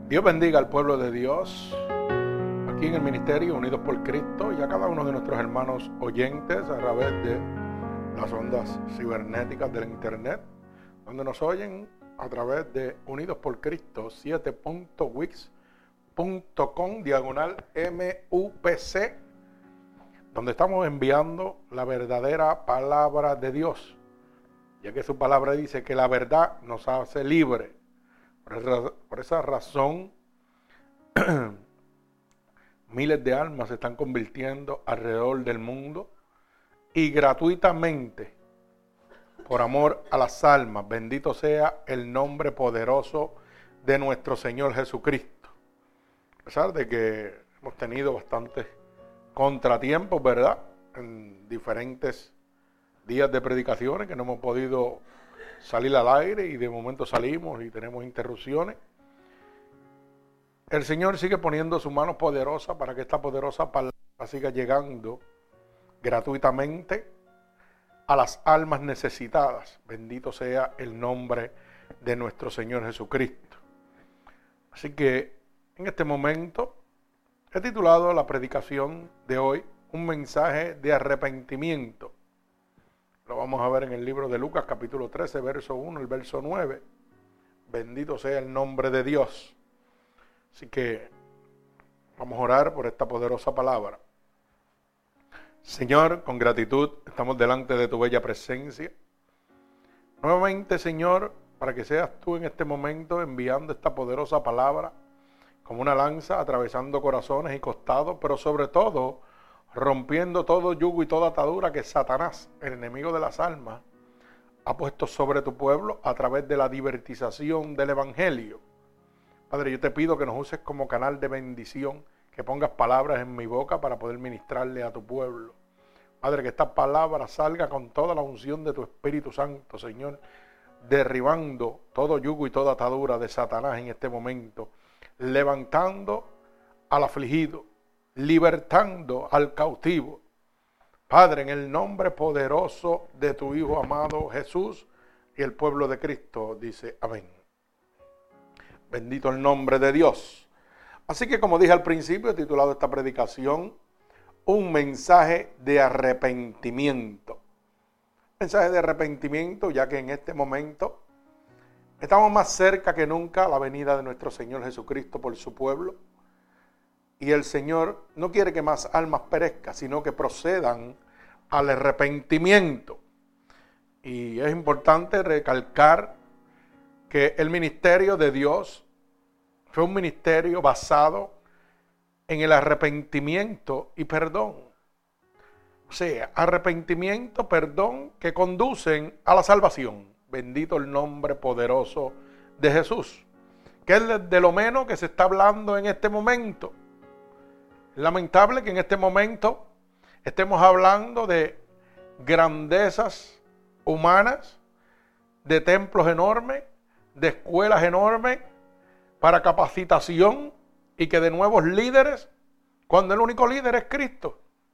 Dios bendiga al pueblo de Dios aquí en el Ministerio Unidos por Cristo y a cada uno de nuestros hermanos oyentes a través de las ondas cibernéticas del internet, donde nos oyen a través de Unidos por Cristo 7.wix.com/MUPC, donde estamos enviando la verdadera palabra de Dios, ya que su palabra dice que la verdad nos hace libre. Por esa razón, miles de almas se están convirtiendo alrededor del mundo y gratuitamente, por amor a las almas, bendito sea el nombre poderoso de nuestro Señor Jesucristo. A pesar de que hemos tenido bastantes contratiempos, ¿verdad?, en diferentes días de predicaciones que no hemos podido salir al aire y de momento salimos y tenemos interrupciones. El Señor sigue poniendo su mano poderosa para que esta poderosa palabra siga llegando gratuitamente a las almas necesitadas. Bendito sea el nombre de nuestro Señor Jesucristo. Así que en este momento he titulado la predicación de hoy un mensaje de arrepentimiento. Lo vamos a ver en el libro de Lucas, capítulo 13, verso 1, el verso 9. Bendito sea el nombre de Dios. Así que vamos a orar por esta poderosa palabra. Señor, con gratitud estamos delante de tu bella presencia. Nuevamente, Señor, para que seas tú en este momento enviando esta poderosa palabra como una lanza, atravesando corazones y costados, pero sobre todo rompiendo todo yugo y toda atadura que Satanás, el enemigo de las almas, ha puesto sobre tu pueblo a través de la divertización del Evangelio. Padre, yo te pido que nos uses como canal de bendición, que pongas palabras en mi boca para poder ministrarle a tu pueblo. Padre, que esta palabra salga con toda la unción de tu Espíritu Santo, Señor, derribando todo yugo y toda atadura de Satanás en este momento, levantando al afligido, libertando al cautivo. Padre, en el nombre poderoso de tu Hijo amado Jesús, y el pueblo de Cristo dice amén. Bendito el nombre de Dios. Así que, como dije al principio, he titulado esta predicación un mensaje de arrepentimiento. Mensaje de arrepentimiento, ya que en este momento estamos más cerca que nunca a la venida de nuestro Señor Jesucristo por su pueblo. Y el Señor no quiere que más almas perezcan, sino que procedan al arrepentimiento. Y es importante recalcar que el ministerio de Dios fue un ministerio basado en el arrepentimiento y perdón. O sea, arrepentimiento, perdón, que conducen a la salvación. Bendito el nombre poderoso de Jesús. Que es de lo menos que se está hablando en este momento. Lamentable que en este momento estemos hablando de grandezas humanas, de templos enormes, de escuelas enormes para capacitación y que de nuevos líderes, cuando el único líder es Cristo.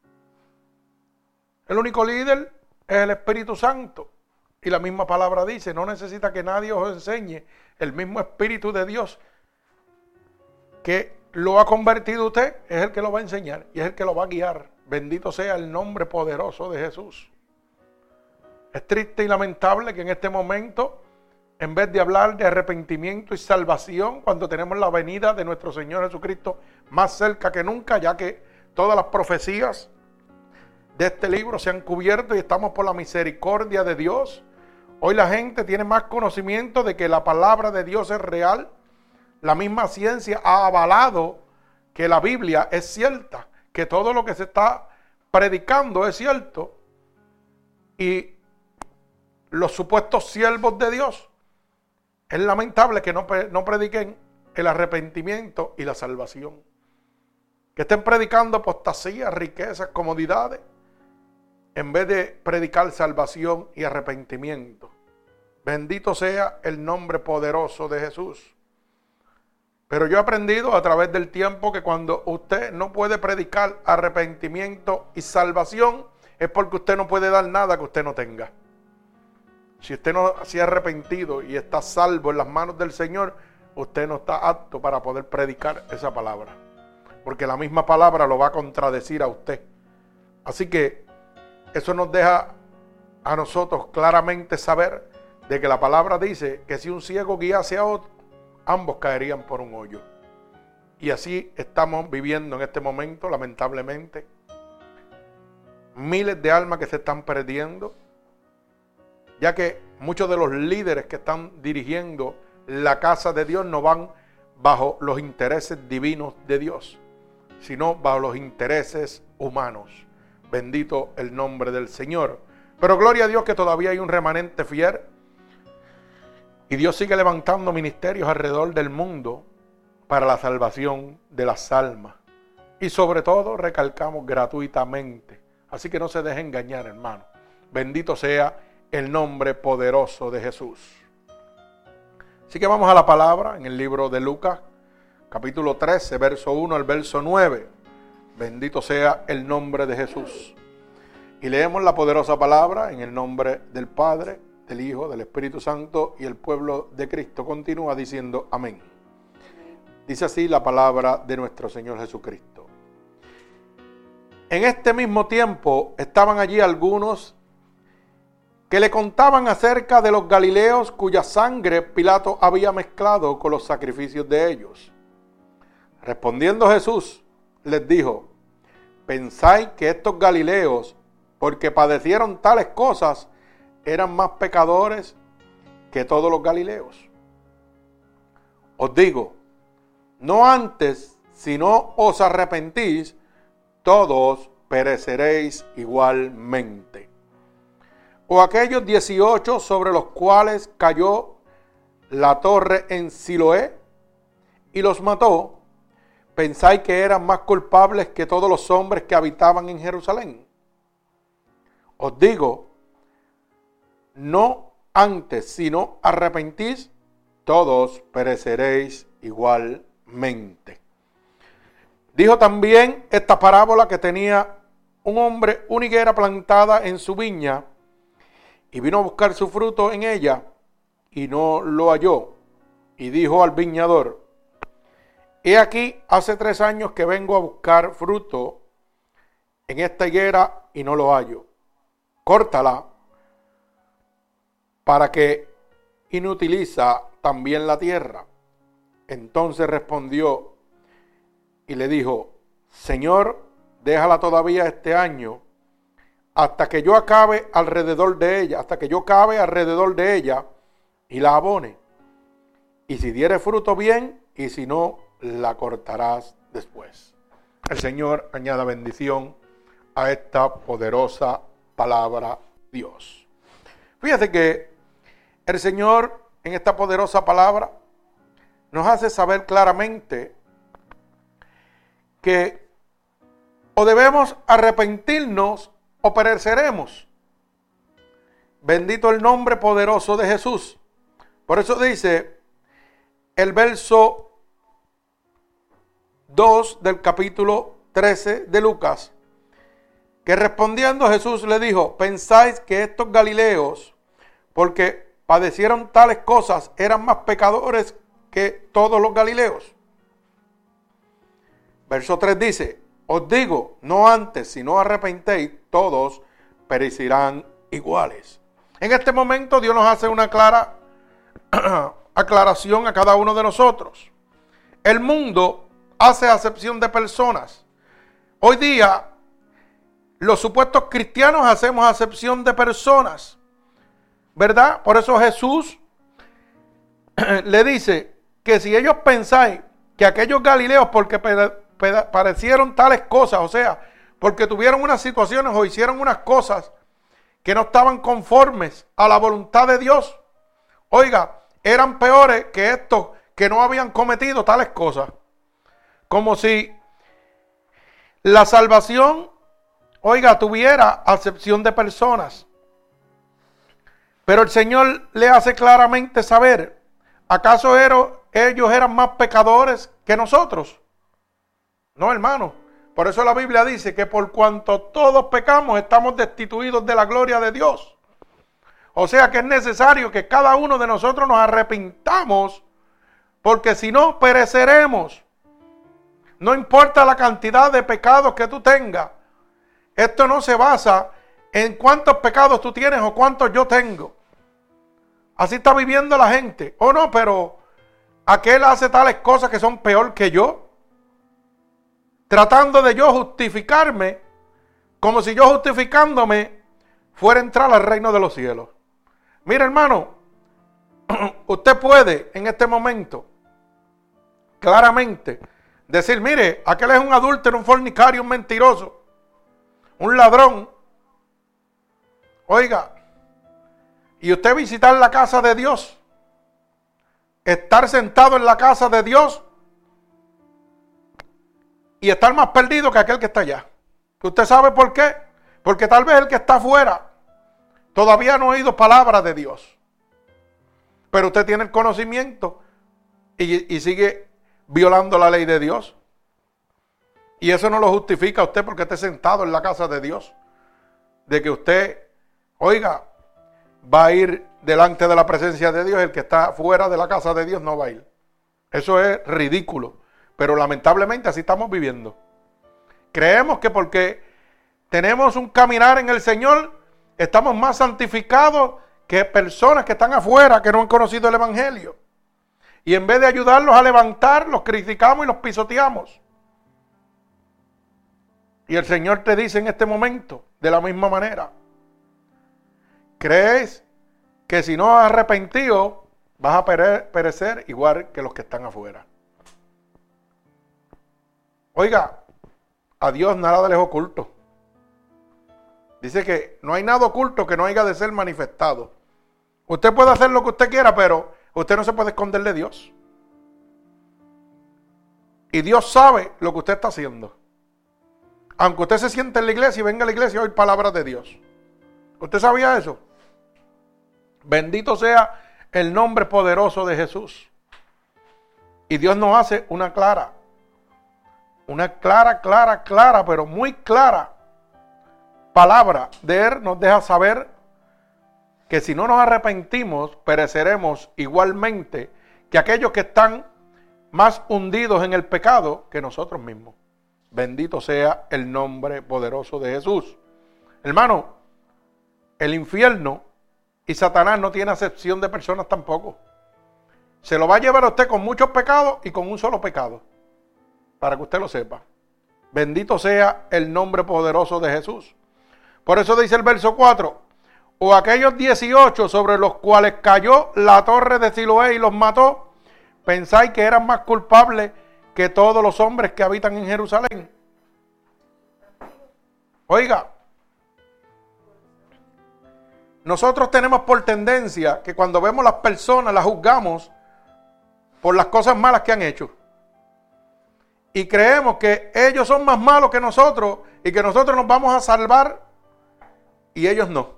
El único líder es el Espíritu Santo. Y la misma palabra dice, no necesita que nadie os enseñe, el mismo Espíritu de Dios que lo ha convertido usted, es el que lo va a enseñar y es el que lo va a guiar. Bendito sea el nombre poderoso de Jesús. Es triste y lamentable que en este momento, en vez de hablar de arrepentimiento y salvación, cuando tenemos la venida de nuestro Señor Jesucristo más cerca que nunca, ya que todas las profecías de este libro se han cubierto y estamos por la misericordia de Dios. Hoy la gente tiene más conocimiento de que la palabra de Dios es real. La misma ciencia ha avalado que la Biblia es cierta, que todo lo que se está predicando es cierto. Y los supuestos siervos de Dios, es lamentable que no prediquen el arrepentimiento y la salvación. Que estén predicando apostasía, riquezas, comodidades, en vez de predicar salvación y arrepentimiento. Bendito sea el nombre poderoso de Jesús. Pero yo he aprendido a través del tiempo que cuando usted no puede predicar arrepentimiento y salvación, es porque usted no puede dar nada que usted no tenga. Si usted no se ha arrepentido y está salvo en las manos del Señor, usted no está apto para poder predicar esa palabra, porque la misma palabra lo va a contradecir a usted. Así que eso nos deja a nosotros claramente saber de que la palabra dice que si un ciego guiase a otro, ambos caerían por un hoyo. Y así estamos viviendo en este momento, lamentablemente. Miles de almas que se están perdiendo, ya que muchos de los líderes que están dirigiendo la casa de Dios no van bajo los intereses divinos de Dios, sino bajo los intereses humanos. Bendito el nombre del Señor. Pero gloria a Dios que todavía hay un remanente fiel. Y Dios sigue levantando ministerios alrededor del mundo para la salvación de las almas. Y sobre todo, recalcamos, gratuitamente. Así que no se deje engañar, hermano. Bendito sea el nombre poderoso de Jesús. Así que vamos a la palabra en el libro de Lucas, capítulo 13, verso 1 al verso 9. Bendito sea el nombre de Jesús. Y leemos la poderosa palabra en el nombre del Padre, del Hijo, del Espíritu Santo, y el pueblo de Cristo continúa diciendo amén. Dice así la palabra de nuestro Señor Jesucristo. En este mismo tiempo estaban allí algunos que le contaban acerca de los galileos cuya sangre Pilato había mezclado con los sacrificios de ellos. Respondiendo Jesús, les dijo: ¿pensáis que estos galileos, porque padecieron tales cosas, eran más pecadores que todos los galileos? Os digo, no antes, si no os arrepentís, todos pereceréis igualmente. O aquellos 18 sobre los cuales cayó la torre en Siloé y los mató, ¿pensáis que eran más culpables que todos los hombres que habitaban en Jerusalén? Os digo, no antes, si no arrepentís, todos pereceréis igualmente. Dijo también esta parábola que tenía un hombre una higuera plantada en su viña y vino a buscar su fruto en ella y no lo halló. Y dijo al viñador: he aquí, hace 3 años que vengo a buscar fruto en esta higuera y no lo hallo. Córtala, para que inutiliza también la tierra. Entonces respondió y le dijo: Señor, déjala todavía este año, hasta que yo cabe alrededor de ella y la abone. Y si diere fruto, bien, y si no, la cortarás después. El Señor añada bendición a esta poderosa palabra de Dios. Fíjate que el Señor en esta poderosa palabra nos hace saber claramente que o debemos arrepentirnos o pereceremos. Bendito el nombre poderoso de Jesús. Por eso dice el verso 2 del capítulo 13 de Lucas, que respondiendo Jesús le dijo: ¿pensáis que estos galileos, porque padecieron tales cosas, eran más pecadores que todos los galileos? Verso 3 dice: os digo, no antes, si no arrepentéis, todos perecerán iguales. En este momento Dios nos hace una clara aclaración a cada uno de nosotros. El mundo hace acepción de personas. Hoy día, los supuestos cristianos hacemos acepción de personas, ¿verdad? Por eso Jesús le dice que si ellos pensáis que aquellos galileos, porque padecieron tales cosas, o sea, porque tuvieron unas situaciones o hicieron unas cosas que no estaban conformes a la voluntad de Dios, oiga, eran peores que estos que no habían cometido tales cosas. Como si la salvación, oiga, tuviera acepción de personas. Pero el Señor le hace claramente saber: ¿acaso ellos eran más pecadores que nosotros? No, hermano. Por eso la Biblia dice que por cuanto todos pecamos, estamos destituidos de la gloria de Dios. O sea que es necesario que cada uno de nosotros nos arrepintamos porque si no pereceremos. No importa la cantidad de pecados que tú tengas. Esto no se basa en cuántos pecados tú tienes o cuántos yo tengo. Así está viviendo la gente. Oh no, pero aquel hace tales cosas que son peor que yo. Tratando de yo justificarme, como si yo justificándome fuera a entrar al reino de los cielos. Mira, hermano, usted puede en este momento claramente decir, mire, aquel es un adúltero, un fornicario, un mentiroso, un ladrón. Oiga, y usted visitar la casa de Dios, estar sentado en la casa de Dios y estar más perdido que aquel que está allá. ¿Usted sabe por qué? Porque tal vez el que está afuera todavía no ha oído palabra de Dios. Pero usted tiene el conocimiento y sigue violando la ley de Dios. Y eso no lo justifica a usted porque esté sentado en la casa de Dios. De que usted, oiga, va a ir delante de la presencia de Dios. El que está fuera de la casa de Dios no va a ir. Eso es ridículo. Pero lamentablemente así estamos viviendo. Creemos que porque tenemos un caminar en el Señor, estamos más santificados que personas que están afuera, que no han conocido el Evangelio. Y en vez de ayudarlos a levantar, los criticamos y los pisoteamos. Y el Señor te dice en este momento, de la misma manera, ¿crees que si no has arrepentido, vas a perecer igual que los que están afuera? Oiga, a Dios nada les oculto. Dice que no hay nada oculto que no haya de ser manifestado. Usted puede hacer lo que usted quiera, pero usted no se puede esconder de Dios. Y Dios sabe lo que usted está haciendo. Aunque usted se siente en la iglesia y venga a la iglesia a oír palabras de Dios. ¿Usted sabía eso? Bendito sea el nombre poderoso de Jesús. Y Dios nos hace una clara, pero muy clara palabra de Él. Nos deja saber que si no nos arrepentimos, pereceremos igualmente que aquellos que están más hundidos en el pecado que nosotros mismos. Bendito sea el nombre poderoso de Jesús. Hermano, el infierno y Satanás no tiene acepción de personas tampoco. Se lo va a llevar a usted con muchos pecados y con un solo pecado. Para que usted lo sepa. Bendito sea el nombre poderoso de Jesús. Por eso dice el verso 4. O aquellos 18 sobre los cuales cayó la torre de Siloé y los mató, ¿pensáis que eran más culpables que todos los hombres que habitan en Jerusalén? Oiga, nosotros tenemos por tendencia que cuando vemos las personas las juzgamos por las cosas malas que han hecho. Y creemos que ellos son más malos que nosotros y que nosotros nos vamos a salvar y ellos no.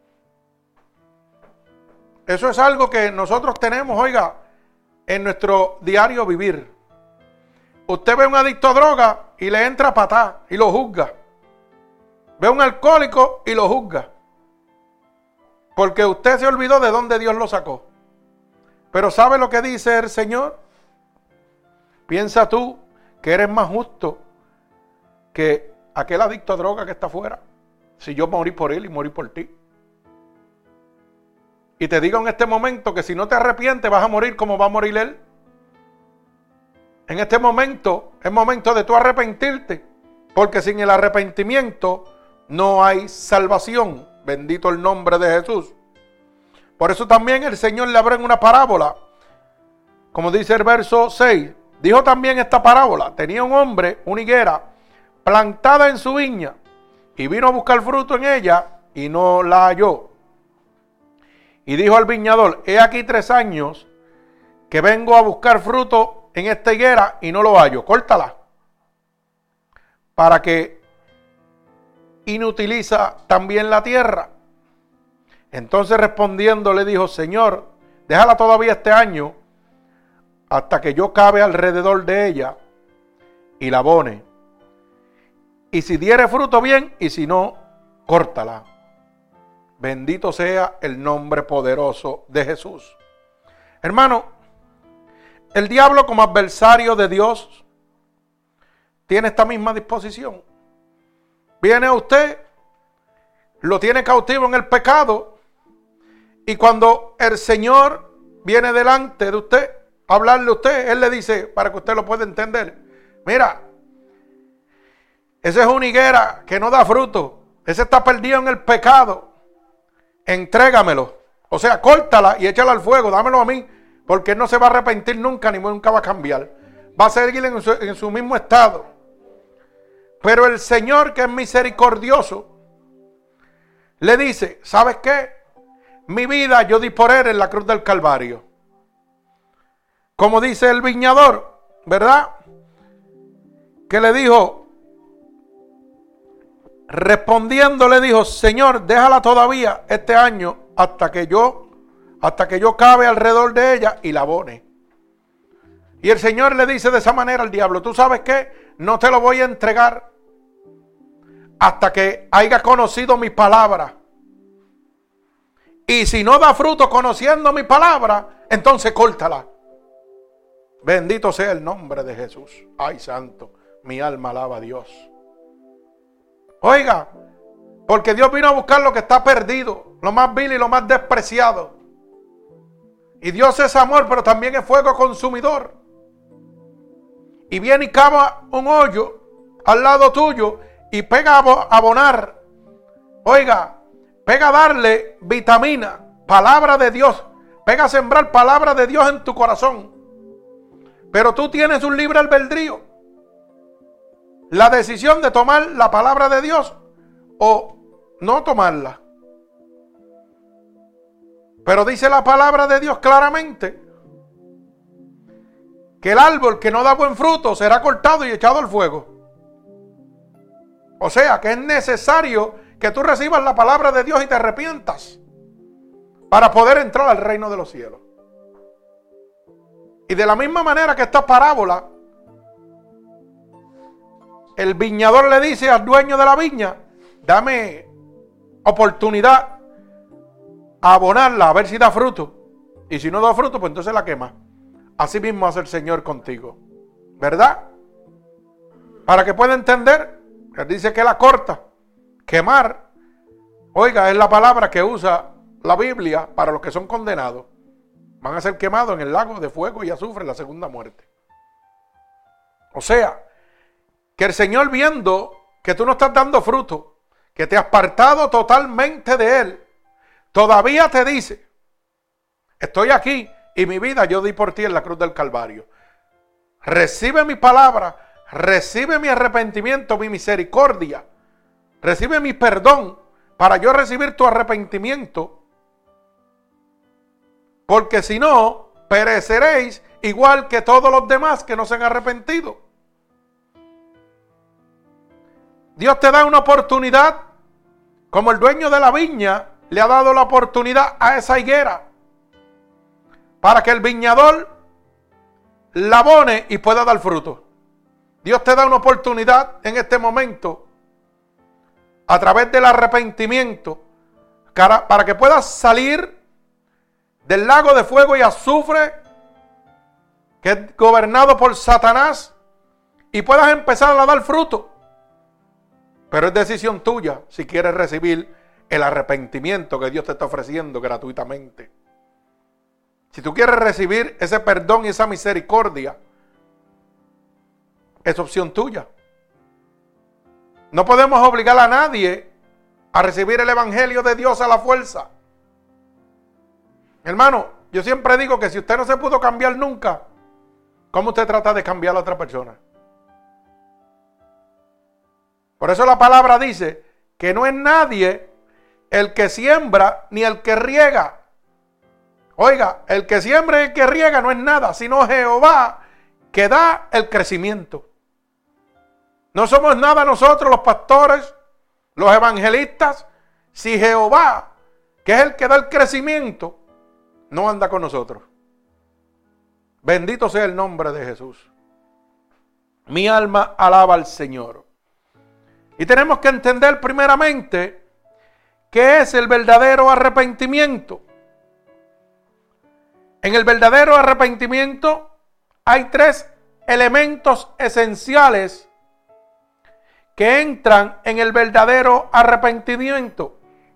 Eso es algo que nosotros tenemos, oiga, en nuestro diario vivir. Usted ve a un adicto a droga y le entra a patá y lo juzga. Ve a un alcohólico y lo juzga. Porque usted se olvidó de dónde Dios lo sacó. Pero ¿sabe lo que dice el Señor? Piensa tú que eres más justo que aquel adicto a droga que está afuera. Si yo morí por él y morí por ti. Y te digo en este momento que si no te arrepientes vas a morir como va a morir él. En este momento es momento de tú arrepentirte. Porque sin el arrepentimiento no hay salvación. Bendito el nombre de Jesús. Por eso también el Señor le habló en una parábola. Como dice el verso 6. Dijo también esta parábola. Tenía un hombre, una higuera, plantada en su viña. Y vino a buscar fruto en ella y no la halló. Y dijo al viñador, he aquí 3 años que vengo a buscar fruto en esta higuera y no lo hallo. Córtala. Para que inutiliza también la tierra. Entonces respondiendo le dijo, Señor, déjala todavía este año hasta que yo cabe alrededor de ella y la abone. Y si diere fruto bien, y si no, córtala. Bendito sea el nombre poderoso de Jesús. Hermano, el diablo como adversario de Dios tiene esta misma disposición. Viene a usted, lo tiene cautivo en el pecado, y cuando el Señor viene delante de usted a hablarle a usted, Él le dice, para que usted lo pueda entender, mira, esa es una higuera que no da fruto, ese está perdido en el pecado, entrégamelo, o sea, córtala y échala al fuego, dámelo a mí, porque él no se va a arrepentir nunca, ni nunca va a cambiar, va a seguir en su mismo estado. Pero el Señor, que es misericordioso, le dice, ¿sabes qué? Mi vida yo di por él en la cruz del Calvario. Como dice el viñador, ¿verdad? Que le dijo, respondiendo le dijo, Señor, déjala todavía este año hasta que yo cabe alrededor de ella y la abone. Y el Señor le dice de esa manera al diablo, ¿tú sabes qué? No te lo voy a entregar hasta que haya conocido mi palabra. Y si no da fruto conociendo mi palabra, entonces córtala. Bendito sea el nombre de Jesús. Ay, santo, mi alma alaba a Dios. Oiga, porque Dios vino a buscar lo que está perdido, lo más vil y lo más despreciado. Y Dios es amor, pero también es fuego consumidor. Y viene y cava un hoyo al lado tuyo y pega a abonar. Oiga, pega a darle vitamina, palabra de Dios. Pega a sembrar palabra de Dios en tu corazón. Pero tú tienes un libre albedrío. La decisión de tomar la palabra de Dios o no tomarla. Pero dice la palabra de Dios claramente que el árbol que no da buen fruto será cortado y echado al fuego. O sea que es necesario que tú recibas la palabra de Dios y te arrepientas para poder entrar al reino de los cielos. Y de la misma manera que esta parábola, el viñador le dice al dueño de la viña, dame oportunidad a abonarla, a ver si da fruto. Y si no da fruto, pues entonces la quema. Así mismo hace el Señor contigo. ¿Verdad? Para que pueda entender, Él dice que la corta. Quemar, oiga, es la palabra que usa la Biblia para los que son condenados. Van a ser quemados en el lago de fuego y azufre en la segunda muerte. O sea, que el Señor, viendo que tú no estás dando fruto, que te has apartado totalmente de Él, todavía te dice, estoy aquí y mi vida yo di por ti en la cruz del Calvario. Recibe mi palabra, recibe mi arrepentimiento, mi misericordia, recibe mi perdón para yo recibir tu arrepentimiento, porque si no, pereceréis igual que todos los demás que no se han arrepentido. Dios te da una oportunidad, como el dueño de la viña le ha dado la oportunidad a esa higuera, para que el viñador la abone y pueda dar fruto. Dios te da una oportunidad en este momento, a través del arrepentimiento, para que puedas salir del lago de fuego y azufre, que es gobernado por Satanás, y puedas empezar a dar fruto. Pero es decisión tuya si quieres recibir el arrepentimiento que Dios te está ofreciendo gratuitamente. Si tú quieres recibir ese perdón y esa misericordia, es opción tuya. No podemos obligar a nadie a recibir el evangelio de Dios a la fuerza. Hermano, yo siempre digo que si usted no se pudo cambiar nunca, ¿cómo usted trata de cambiar a otra persona? Por eso la palabra dice que no es nadie el que siembra ni el que riega. Oiga, el que siembra y el que riega no es nada, sino Jehová que da el crecimiento. No somos nada nosotros los pastores, los evangelistas, si Jehová, que es el que da el crecimiento, no anda con nosotros. Bendito sea el nombre de Jesús. Mi alma alaba al Señor. Y tenemos que entender primeramente qué es el verdadero arrepentimiento. En el verdadero arrepentimiento hay 3 elementos esenciales que entran en el verdadero arrepentimiento.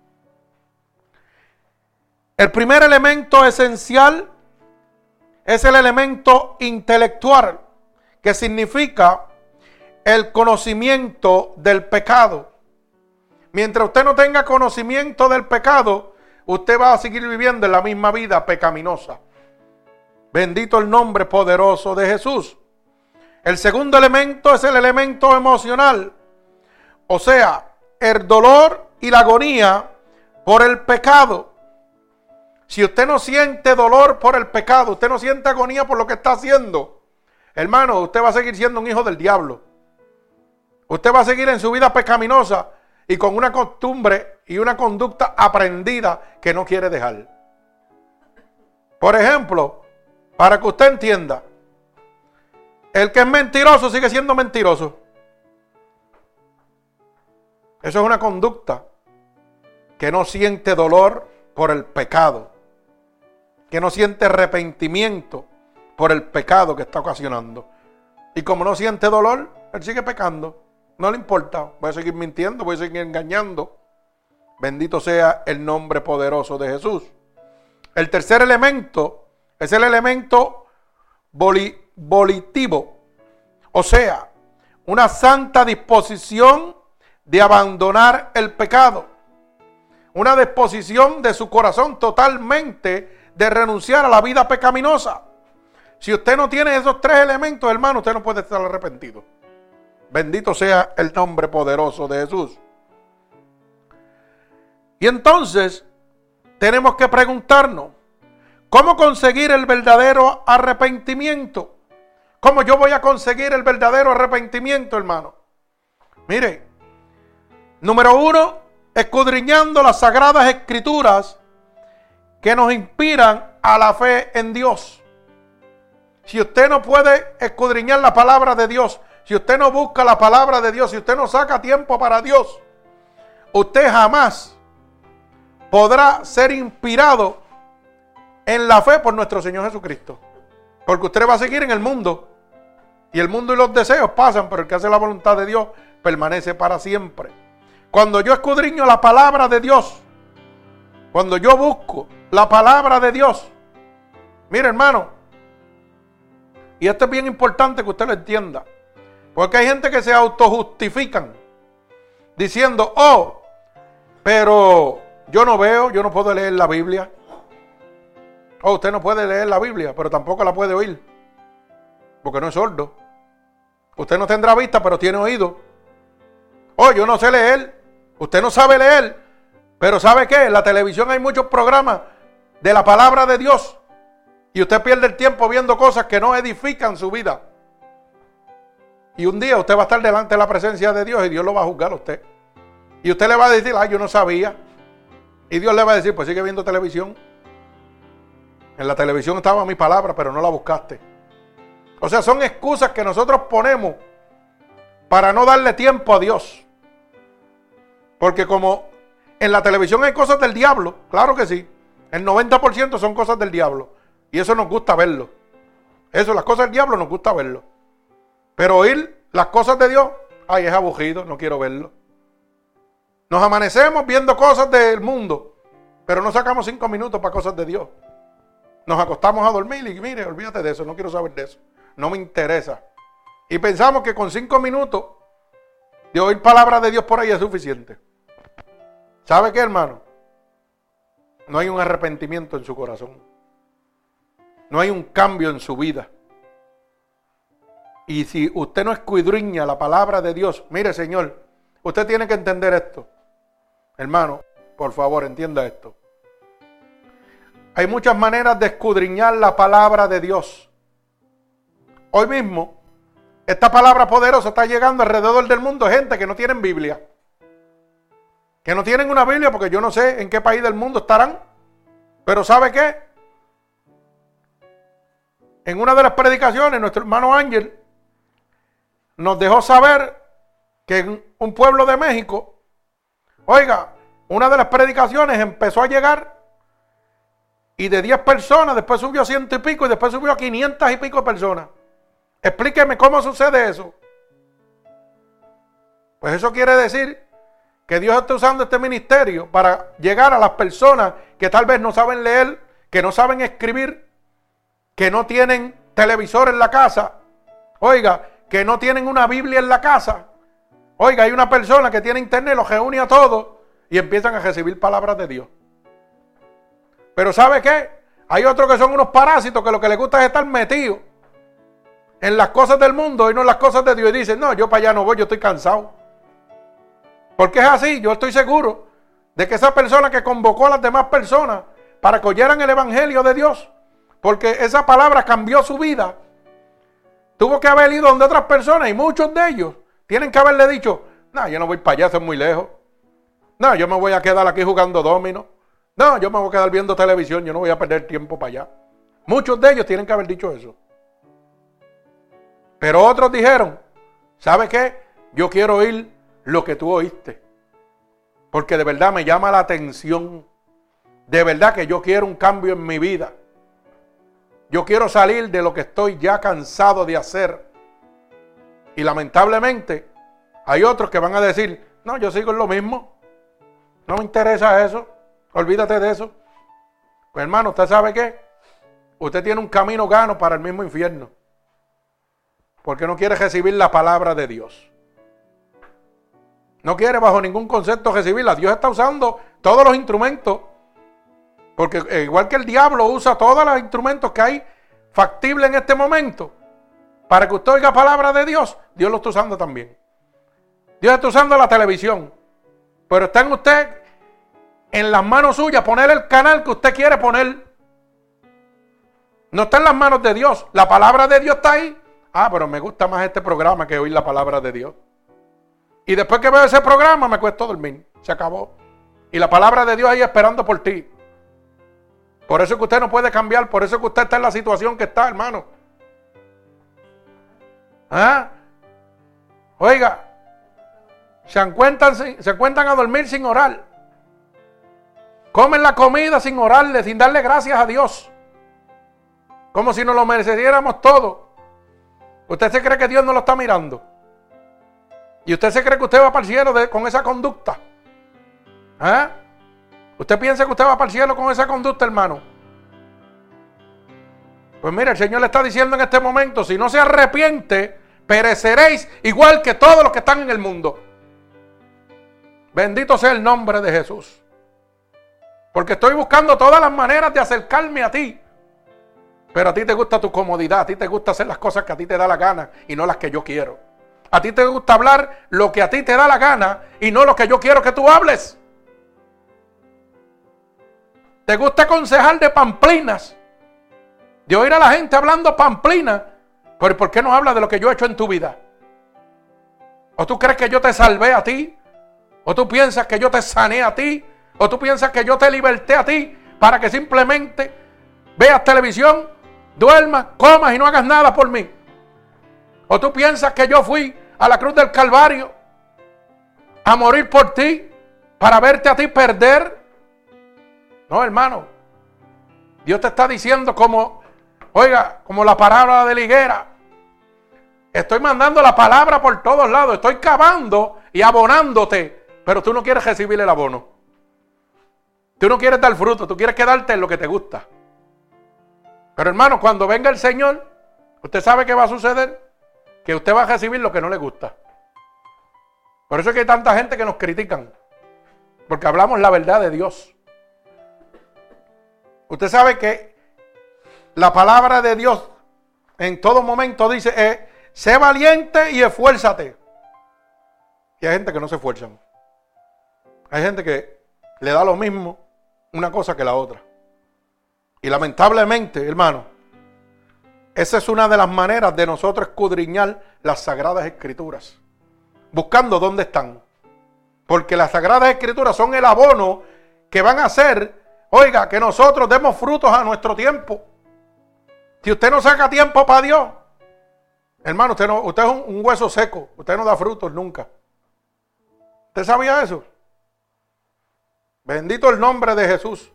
El primer elemento esencial es el elemento intelectual, que significa el conocimiento del pecado. Mientras usted no tenga conocimiento del pecado, usted va a seguir viviendo en la misma vida pecaminosa. Bendito el nombre poderoso de Jesús. El segundo elemento es el elemento emocional, o sea, el dolor y la agonía por el pecado. Si usted no siente dolor por el pecado, usted no siente agonía por lo que está haciendo, hermano, usted va a seguir siendo un hijo del diablo. Usted va a seguir en su vida pecaminosa y con una costumbre y una conducta aprendida que no quiere dejar. Por ejemplo, para que usted entienda, el que es mentiroso sigue siendo mentiroso. Eso es una conducta que no siente dolor por el pecado, que no siente arrepentimiento por el pecado que está ocasionando. Y como no siente dolor, él sigue pecando. No le importa, voy a seguir mintiendo, voy a seguir engañando. Bendito sea el nombre poderoso de Jesús. El tercer elemento es el elemento volitivo, o sea, una santa disposición de abandonar el pecado. Una disposición de su corazón totalmente de renunciar a la vida pecaminosa. Si usted no tiene esos 3 elementos, hermano, usted no puede estar arrepentido. Bendito sea el nombre poderoso de Jesús. Y entonces tenemos que preguntarnos, ¿cómo conseguir el verdadero arrepentimiento? ¿Cómo yo voy a conseguir el verdadero arrepentimiento, hermano? Mire, número 1, escudriñando las sagradas escrituras que nos inspiran a la fe en Dios. Si usted no puede escudriñar la palabra de Dios, si usted no busca la palabra de Dios, si usted no saca tiempo para Dios, usted jamás podrá ser inspirado en la fe por nuestro Señor Jesucristo. Porque usted va a seguir en el mundo. Y el mundo y los deseos pasan, pero el que hace la voluntad de Dios permanece para siempre. Cuando yo escudriño la palabra de Dios, cuando yo busco la palabra de Dios, mire, hermano, y esto es bien importante que usted lo entienda, porque hay gente que se autojustifican diciendo, oh, pero yo no veo, yo no puedo leer la Biblia. Oh, usted no puede leer la Biblia, pero tampoco la puede oír, porque no es sordo. Usted no tendrá vista, pero tiene oído. Oh, yo no sé leer. Usted no sabe leer, pero ¿sabe qué? En la televisión hay muchos programas de la palabra de Dios y usted pierde el tiempo viendo cosas que no edifican su vida. Y un día usted va a estar delante de la presencia de Dios y Dios lo va a juzgar a usted. Y usted le va a decir, yo no sabía. Y Dios le va a decir, pues sigue viendo televisión. En la televisión estaba mi palabra, pero no la buscaste. O sea, son excusas que nosotros ponemos para no darle tiempo a Dios. Porque como en la televisión hay cosas del diablo, claro que sí. El 90% son cosas del diablo. Y eso nos gusta verlo. Eso, las cosas del diablo nos gusta verlo. Pero oír las cosas de Dios, es aburrido, no quiero verlo. Nos amanecemos viendo cosas del mundo, pero no sacamos 5 minutos para cosas de Dios. Nos acostamos a dormir y mire, olvídate de eso, no quiero saber de eso. No me interesa. Y pensamos que con 5 minutos de oír palabra de Dios por ahí es suficiente. ¿Sabe qué, hermano? No hay un arrepentimiento en su corazón. No hay un cambio en su vida. Y si usted no escudriña la palabra de Dios, mire, Señor, usted tiene que entender esto. Hermano, por favor, entienda esto. Hay muchas maneras de escudriñar la palabra de Dios. Hoy mismo, esta palabra poderosa está llegando alrededor del mundo gente que no tienen Biblia. Que no tienen una Biblia porque yo no sé en qué país del mundo estarán. Pero ¿sabe qué? En una de las predicaciones, nuestro hermano Ángel nos dejó saber que en un pueblo de México, oiga, una de las predicaciones empezó a llegar y de 10 personas, después subió a 100 y pico y después subió a 500 y pico de personas. Explíqueme cómo sucede eso. Pues eso quiere decir que Dios está usando este ministerio para llegar a las personas que tal vez no saben leer, que no saben escribir, que no tienen televisor en la casa, oiga, que no tienen una Biblia en la casa. Oiga, hay una persona que tiene internet, los reúne a todos y empiezan a recibir palabras de Dios. Pero ¿sabe qué? Hay otros que son unos parásitos que lo que les gusta es estar metidos en las cosas del mundo y no en las cosas de Dios. Y dicen, no, yo para allá no voy, yo estoy cansado. Porque es así, yo estoy seguro de que esa persona que convocó a las demás personas para que oyeran el evangelio de Dios, porque esa palabra cambió su vida, tuvo que haber ido donde otras personas y muchos de ellos tienen que haberle dicho, no, yo no voy para allá, eso es muy lejos. No, yo me voy a quedar aquí jugando domino. No, yo me voy a quedar viendo televisión, yo no voy a perder tiempo para allá. Muchos de ellos tienen que haber dicho eso. Pero otros dijeron, ¿sabe qué? Yo quiero oír lo que tú oíste. Porque de verdad me llama la atención. De verdad que yo quiero un cambio en mi vida. Yo quiero salir de lo que estoy ya cansado de hacer. Y lamentablemente hay otros que van a decir, no, yo sigo en lo mismo. No me interesa eso. Olvídate de eso. Pues hermano, ¿usted sabe qué? Usted tiene un camino gano para el mismo infierno. Porque no quiere recibir la palabra de Dios. No quiere bajo ningún concepto recibirla. Dios está usando todos los instrumentos. Porque igual que el diablo usa todos los instrumentos que hay factibles en este momento. Para que usted oiga palabra de Dios. Dios lo está usando también. Dios está usando la televisión. Pero está en usted, en las manos suyas, poner el canal que usted quiere poner. No está en las manos de Dios. La palabra de Dios está ahí. Ah, pero me gusta más este programa que oír la palabra de Dios. Y después que veo ese programa me cuesto dormir. Se acabó. Y la palabra de Dios ahí esperando por ti. Por eso es que usted no puede cambiar. Por eso es que usted está en la situación que está, hermano. ¿Ah? Oiga, se encuentran a dormir sin orar. Comen la comida sin orarle, sin darle gracias a Dios. Como si nos lo mereciéramos todo. ¿Usted se cree que Dios no lo está mirando? ¿Y usted se cree que usted va para el cielo con esa conducta? ¿Ah? ¿Usted piensa que usted va para el cielo con esa conducta, hermano? Pues mire, el Señor le está diciendo en este momento, si no se arrepiente, pereceréis igual que todos los que están en el mundo. Bendito sea el nombre de Jesús. Porque estoy buscando todas las maneras de acercarme a ti. Pero a ti te gusta tu comodidad, a ti te gusta hacer las cosas que a ti te da la gana y no las que yo quiero. A ti te gusta hablar lo que a ti te da la gana y no lo que yo quiero que tú hables. Te gusta aconsejar de pamplinas, de oír a la gente hablando pamplina. Pero ¿por qué no hablas de lo que yo he hecho en tu vida? ¿O tú crees que yo te salvé a ti? ¿O tú piensas que yo te sané a ti? ¿O tú piensas que yo te liberté a ti para que simplemente veas televisión, duermas, comas y no hagas nada por mí? ¿O tú piensas que yo fui a la cruz del Calvario a morir por ti para verte a ti perder? No, hermano. Dios te está diciendo como la parábola de la higuera. Estoy mandando la palabra por todos lados. Estoy cavando y abonándote. Pero tú no quieres recibir el abono. Tú no quieres dar fruto. Tú quieres quedarte en lo que te gusta. Pero hermano, cuando venga el Señor, ¿usted sabe qué va a suceder? Que usted va a recibir lo que no le gusta. Por eso es que hay tanta gente que nos critican. Porque hablamos la verdad de Dios. Usted sabe que la palabra de Dios en todo momento dice, sé valiente y esfuérzate. Y hay gente que no se esfuerzan. Hay gente que le da lo mismo una cosa que la otra. Y lamentablemente, hermano, esa es una de las maneras de nosotros escudriñar las Sagradas Escrituras. Buscando dónde están. Porque las Sagradas Escrituras son el abono que van a hacer, oiga, que nosotros demos frutos a nuestro tiempo. Si usted no saca tiempo para Dios, hermano, usted es un hueso seco. Usted no da frutos nunca. ¿Usted sabía eso? Bendito el nombre de Jesús.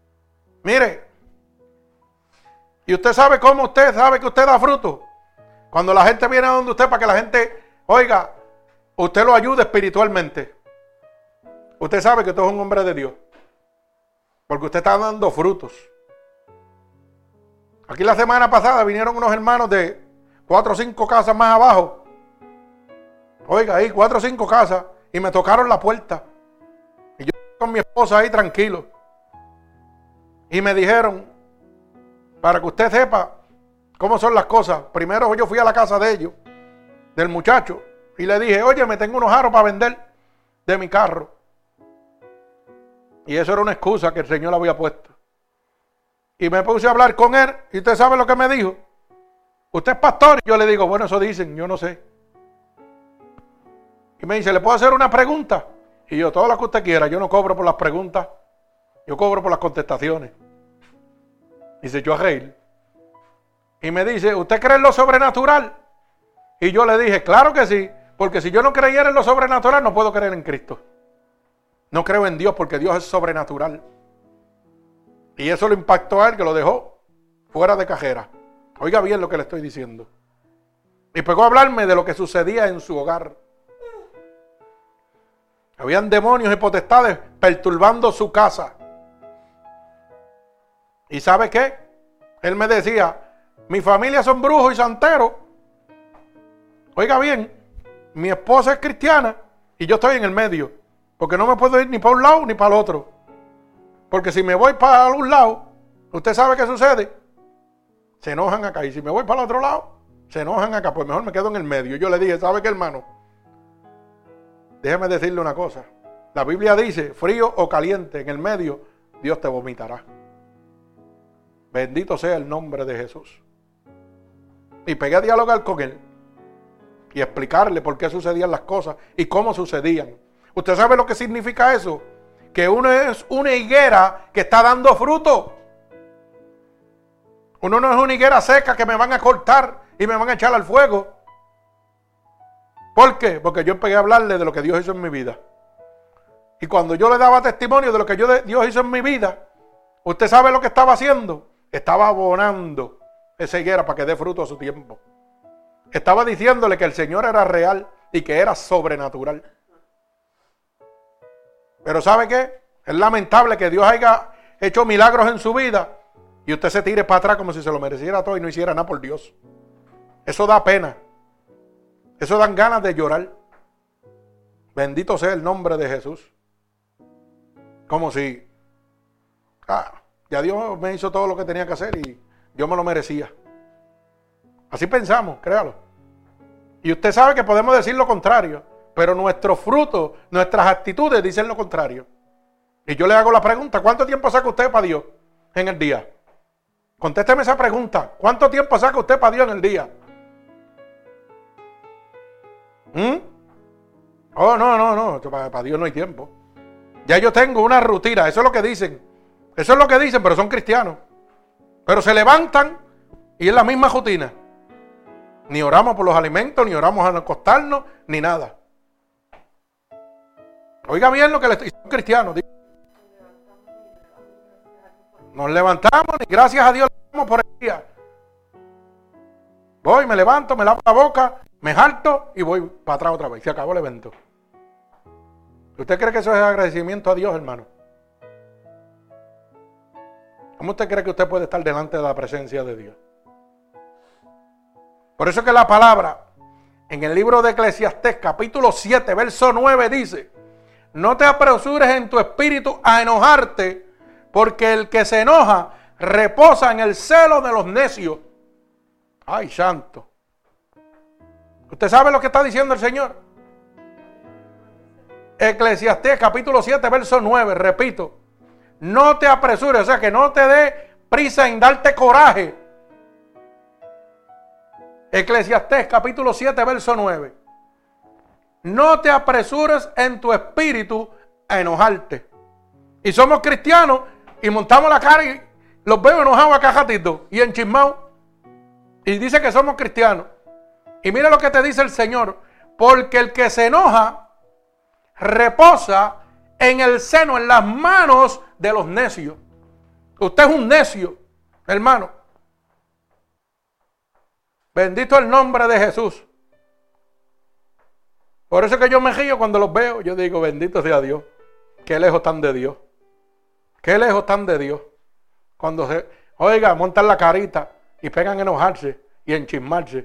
Mire, y usted sabe cómo usted sabe que usted da fruto. Cuando la gente viene a donde usted para que la gente, oiga, usted lo ayude espiritualmente. Usted sabe que usted es un hombre de Dios. Porque usted está dando frutos. Aquí la semana pasada vinieron unos hermanos de 4 o 5 casas más abajo. Oiga, ahí 4 o 5 casas. Y me tocaron la puerta. Y yo con mi esposa ahí tranquilo. Y me dijeron, para que usted sepa cómo son las cosas. Primero yo fui a la casa de ellos, del muchacho. Y le dije, oye, me tengo unos aros para vender de mi carro. Y eso era una excusa que el Señor había puesto. Y me puse a hablar con él. Y usted sabe lo que me dijo. ¿Usted es pastor? Y yo le digo, bueno, eso dicen, yo no sé. Y me dice, ¿le puedo hacer una pregunta? Y yo, todo lo que usted quiera. Yo no cobro por las preguntas. Yo cobro por las contestaciones. Y se echó a reír. Y me dice, ¿usted cree en lo sobrenatural? Y yo le dije, claro que sí. Porque si yo no creyera en lo sobrenatural, no puedo creer en Cristo. No creo en Dios porque Dios es sobrenatural. Y eso lo impactó a él, que lo dejó fuera de cajera. Oiga bien lo que le estoy diciendo. Y pegó a hablarme de lo que sucedía en su hogar. Habían demonios y potestades perturbando su casa. ¿Y sabe qué? Él me decía, mi familia son brujos y santeros. Oiga bien, mi esposa es cristiana y yo estoy en el medio. Porque no me puedo ir ni para un lado ni para el otro. Porque si me voy para un lado, ¿usted sabe qué sucede? Se enojan acá. Y si me voy para el otro lado, se enojan acá. Pues mejor me quedo en el medio. Yo le dije, ¿sabe qué, hermano? Déjeme decirle una cosa. La Biblia dice, frío o caliente, en el medio, Dios te vomitará. Bendito sea el nombre de Jesús. Y pegué a dialogar con él. Y explicarle por qué sucedían las cosas y cómo sucedían. ¿Usted sabe lo que significa eso? Que uno es una higuera que está dando fruto. Uno no es una higuera seca que me van a cortar y me van a echar al fuego. ¿Por qué? Porque yo empecé a hablarle de lo que Dios hizo en mi vida. Y cuando yo le daba testimonio de lo que Dios hizo en mi vida, ¿usted sabe lo que estaba haciendo? Estaba abonando esa higuera para que dé fruto a su tiempo. Estaba diciéndole que el Señor era real y que era sobrenatural. Pero ¿sabe qué? Es lamentable que Dios haya hecho milagros en su vida y usted se tire para atrás como si se lo mereciera todo y no hiciera nada por Dios. Eso da pena. Eso dan ganas de llorar. Bendito sea el nombre de Jesús. Como si ya Dios me hizo todo lo que tenía que hacer y yo me lo merecía. Así pensamos, créalo. Y usted sabe que podemos decir lo contrario. Pero nuestros frutos, nuestras actitudes dicen lo contrario. Y yo le hago la pregunta, ¿cuánto tiempo saca usted para Dios en el día? Contésteme esa pregunta. ¿Cuánto tiempo saca usted para Dios en el día? Oh, no. Para Dios no hay tiempo. Ya yo tengo una rutina, eso es lo que dicen. Eso es lo que dicen, pero son cristianos. Pero se levantan y es la misma rutina. Ni oramos por los alimentos, ni oramos al acostarnos, ni nada. Oiga bien lo que le estoy diciendo, cristiano. Nos levantamos y gracias a Dios le damos por el día. Voy, me levanto, me lavo la boca, me jalto y voy para atrás otra vez. Se acabó el evento. ¿Usted cree que eso es agradecimiento a Dios, hermano? ¿Cómo usted cree que usted puede estar delante de la presencia de Dios? Por eso que la palabra en el libro de Eclesiastés, capítulo 7, verso 9 dice: no te apresures en tu espíritu a enojarte, porque el que se enoja reposa en el celo de los necios. Ay, santo. ¿Usted sabe lo que está diciendo el Señor? Eclesiastés capítulo 7, verso 9, repito. No te apresures, o sea que no te dé prisa en darte coraje. Eclesiastés capítulo 7, verso 9. No te apresures en tu espíritu a enojarte. Y somos cristianos y montamos la cara y los veo enojados acá ratito y enchismados. Y dice que somos cristianos. Y mira lo que te dice el Señor. Porque el que se enoja reposa en el seno, en las manos de los necios. Usted es un necio, hermano. Bendito el nombre de Jesús. Por eso es que yo me río cuando los veo. Yo digo, bendito sea Dios. Qué lejos están de Dios. Qué lejos están de Dios. Cuando se, oiga, montan la carita y pegan a enojarse y enchismarse.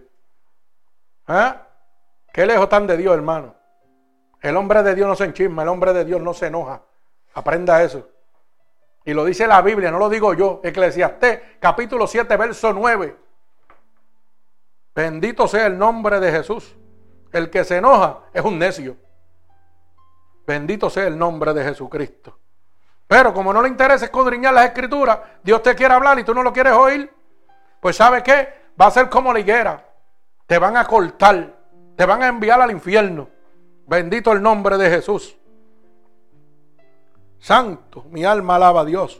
Qué lejos están de Dios, hermano. El hombre de Dios no se enchisma, el hombre de Dios no se enoja. Aprenda eso. Y lo dice la Biblia, no lo digo yo. Eclesiastés, capítulo 7, verso 9. Bendito sea el nombre de Jesús. El que se enoja es un necio. Bendito sea el nombre de Jesucristo. Pero como no le interesa escudriñar las escrituras, Dios te quiere hablar y tú no lo quieres oír, pues ¿sabe qué? Va a ser como la higuera. Te van a cortar, te van a enviar al infierno. Bendito el nombre de Jesús. Santo, mi alma alaba a Dios.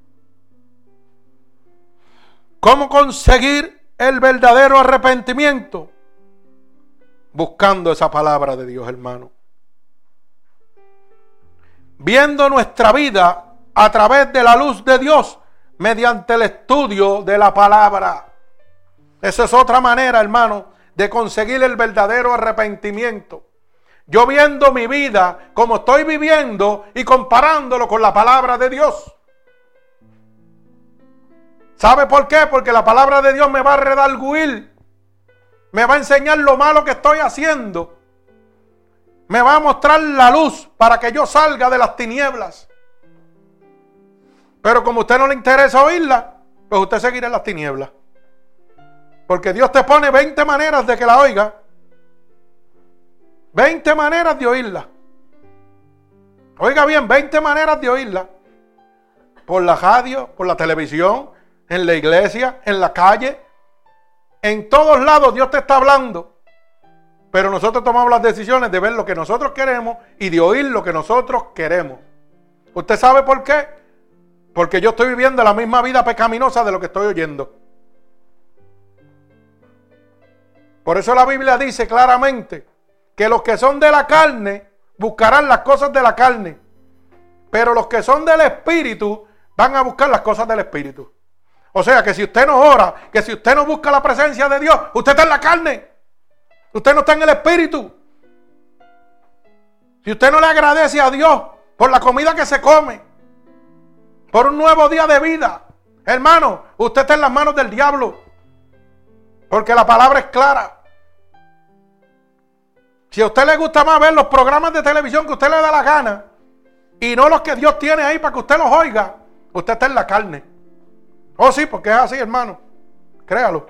¿Cómo conseguir el verdadero arrepentimiento? Buscando esa palabra de Dios, hermano. Viendo nuestra vida a través de la luz de Dios, mediante el estudio de la palabra. Esa es otra manera, hermano, de conseguir el verdadero arrepentimiento. Yo viendo mi vida como estoy viviendo y comparándolo con la palabra de Dios. ¿Sabe por qué? Porque la palabra de Dios me va a redarguir. Me va a enseñar lo malo que estoy haciendo. Me va a mostrar la luz para que yo salga de las tinieblas. Pero como a usted no le interesa oírla, pues usted seguirá en las tinieblas. Porque Dios te pone 20 maneras de que la oiga. 20 maneras de oírla. Oiga bien, 20 maneras de oírla. Por la radio, por la televisión, en la iglesia, en la calle. En todos lados Dios te está hablando. Pero nosotros tomamos las decisiones de ver lo que nosotros queremos y de oír lo que nosotros queremos. ¿Usted sabe por qué? Porque yo estoy viviendo la misma vida pecaminosa de lo que estoy oyendo. Por eso la Biblia dice claramente que los que son de la carne buscarán las cosas de la carne, pero los que son del Espíritu van a buscar las cosas del Espíritu. O sea que si usted no ora, que si usted no busca la presencia de Dios, usted está en la carne. Usted no está en el Espíritu. Si usted no le agradece a Dios por la comida que se come, por un nuevo día de vida, hermano, usted está en las manos del diablo. Porque la palabra es clara. Si a usted le gusta más ver los programas de televisión que a usted le da la gana y no los que Dios tiene ahí para que usted los oiga, usted está en la carne. Oh sí, porque es así, hermano. Créalo.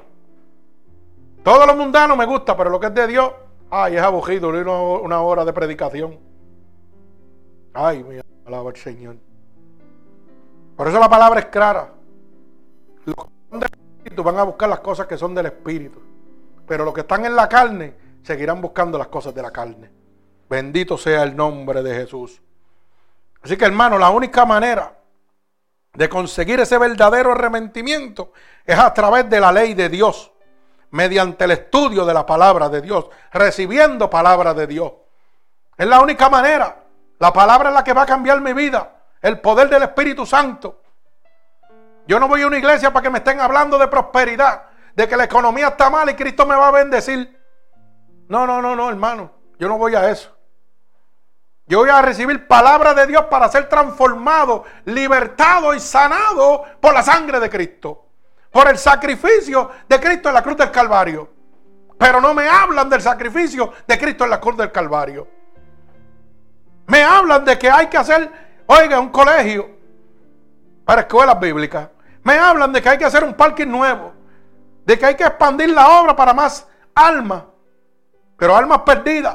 Todo lo mundano me gusta, pero lo que es de Dios, ay, es aburrido, una hora de predicación. Ay, mi alaba al Señor. Por eso la palabra es clara. Los que son del Espíritu van a buscar las cosas que son del Espíritu. Pero los que están en la carne seguirán buscando las cosas de la carne. Bendito sea el nombre de Jesús. Así que, hermano, la única manera de conseguir ese verdadero arrepentimiento es a través de la ley de Dios, mediante el estudio de la palabra de Dios, recibiendo palabra de Dios. Es la única manera. La palabra es la que va a cambiar mi vida. El poder del Espíritu Santo. Yo no voy a una iglesia para que me estén hablando de prosperidad, de que la economía está mal y Cristo me va a bendecir. No, hermano. Yo no voy a eso. Yo voy a recibir palabra de Dios para ser transformado, libertado y sanado por la sangre de Cristo. Por el sacrificio de Cristo en la cruz del Calvario. Pero no me hablan del sacrificio de Cristo en la cruz del Calvario. Me hablan de que hay que hacer, oiga, un colegio para escuelas bíblicas. Me hablan de que hay que hacer un parking nuevo. De que hay que expandir la obra para más almas. Pero almas perdidas.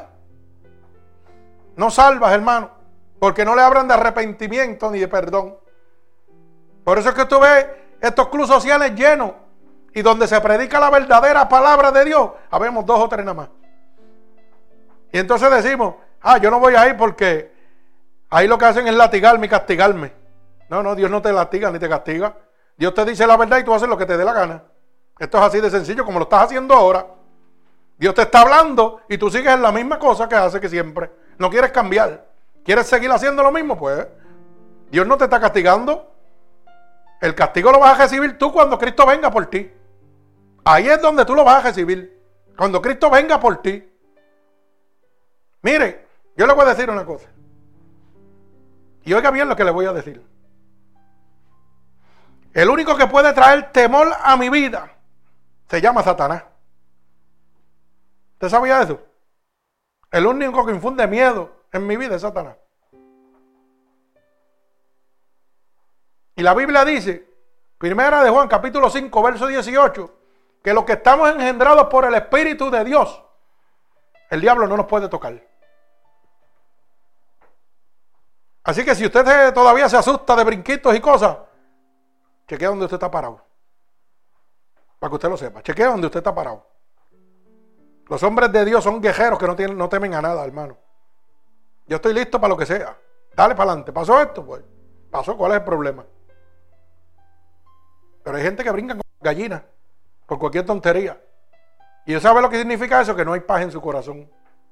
No salvas, hermano. Porque no le hablan de arrepentimiento ni de perdón. Por eso es que tú ves estos clubes sociales llenos y donde se predica la verdadera palabra de Dios, habemos 2 o 3 nada más. Y entonces decimos, yo no voy a ir porque ahí lo que hacen es latigarme y castigarme. No, Dios no te latiga ni te castiga. Dios te dice la verdad y tú haces lo que te dé la gana. Esto es así de sencillo como lo estás haciendo ahora. Dios te está hablando y tú sigues en la misma cosa que hace que siempre. No quieres cambiar. ¿Quieres seguir haciendo lo mismo? Pues Dios no te está castigando. El castigo lo vas a recibir tú cuando Cristo venga por ti. Ahí es donde tú lo vas a recibir. Cuando Cristo venga por ti. Mire, yo le voy a decir una cosa. Y oiga bien lo que le voy a decir. El único que puede traer temor a mi vida se llama Satanás. ¿Usted sabía eso? El único que infunde miedo en mi vida es Satanás. Y la Biblia dice, primera de Juan, capítulo 5, verso 18, que los que estamos engendrados por el Espíritu de Dios, el diablo no nos puede tocar. Así que si usted todavía se asusta de brinquitos y cosas, chequea donde usted está parado. Para que usted lo sepa, chequea donde usted está parado. Los hombres de Dios son guerreros que no temen a nada, hermano. Yo estoy listo para lo que sea. Dale para adelante. ¿Pasó esto? Pues pasó. ¿Cuál es el problema? Pero hay gente que brinca con gallinas por cualquier tontería. ¿Y usted sabe lo que significa eso? Que no hay paz en su corazón.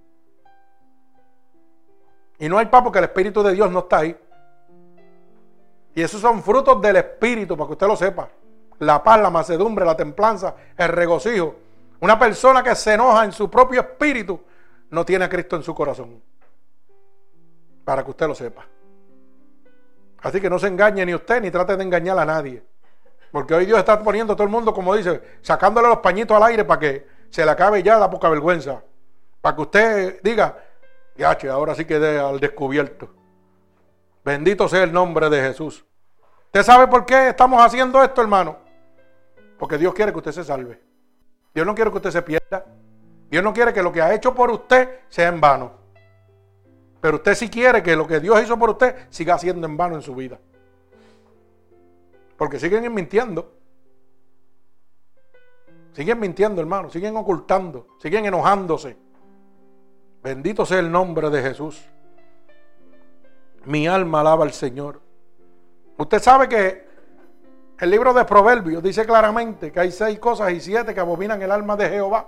Y no hay paz porque el Espíritu de Dios no está ahí. Y esos son frutos del Espíritu, para que usted lo sepa. La paz, la mansedumbre, la templanza, el regocijo. Una persona que se enoja en su propio espíritu no tiene a Cristo en su corazón. Para que usted lo sepa. Así que no se engañe ni usted ni trate de engañar a nadie. Porque hoy Dios está poniendo a todo el mundo, como dice, sacándole los pañitos al aire para que se le acabe ya la poca vergüenza. Para que usted diga, ya, che, ahora sí quedé al descubierto. Bendito sea el nombre de Jesús. ¿Usted sabe por qué estamos haciendo esto, hermano? Porque Dios quiere que usted se salve. Dios no quiere que usted se pierda. Dios no quiere que lo que ha hecho por usted sea en vano. Pero usted sí quiere que lo que Dios hizo por usted siga siendo en vano en su vida. Porque siguen mintiendo. Siguen mintiendo, hermano. Siguen ocultando. Siguen enojándose. Bendito sea el nombre de Jesús. Mi alma alaba al Señor. Usted sabe que el libro de Proverbios dice claramente que hay 6 cosas y 7 que abominan el alma de Jehová.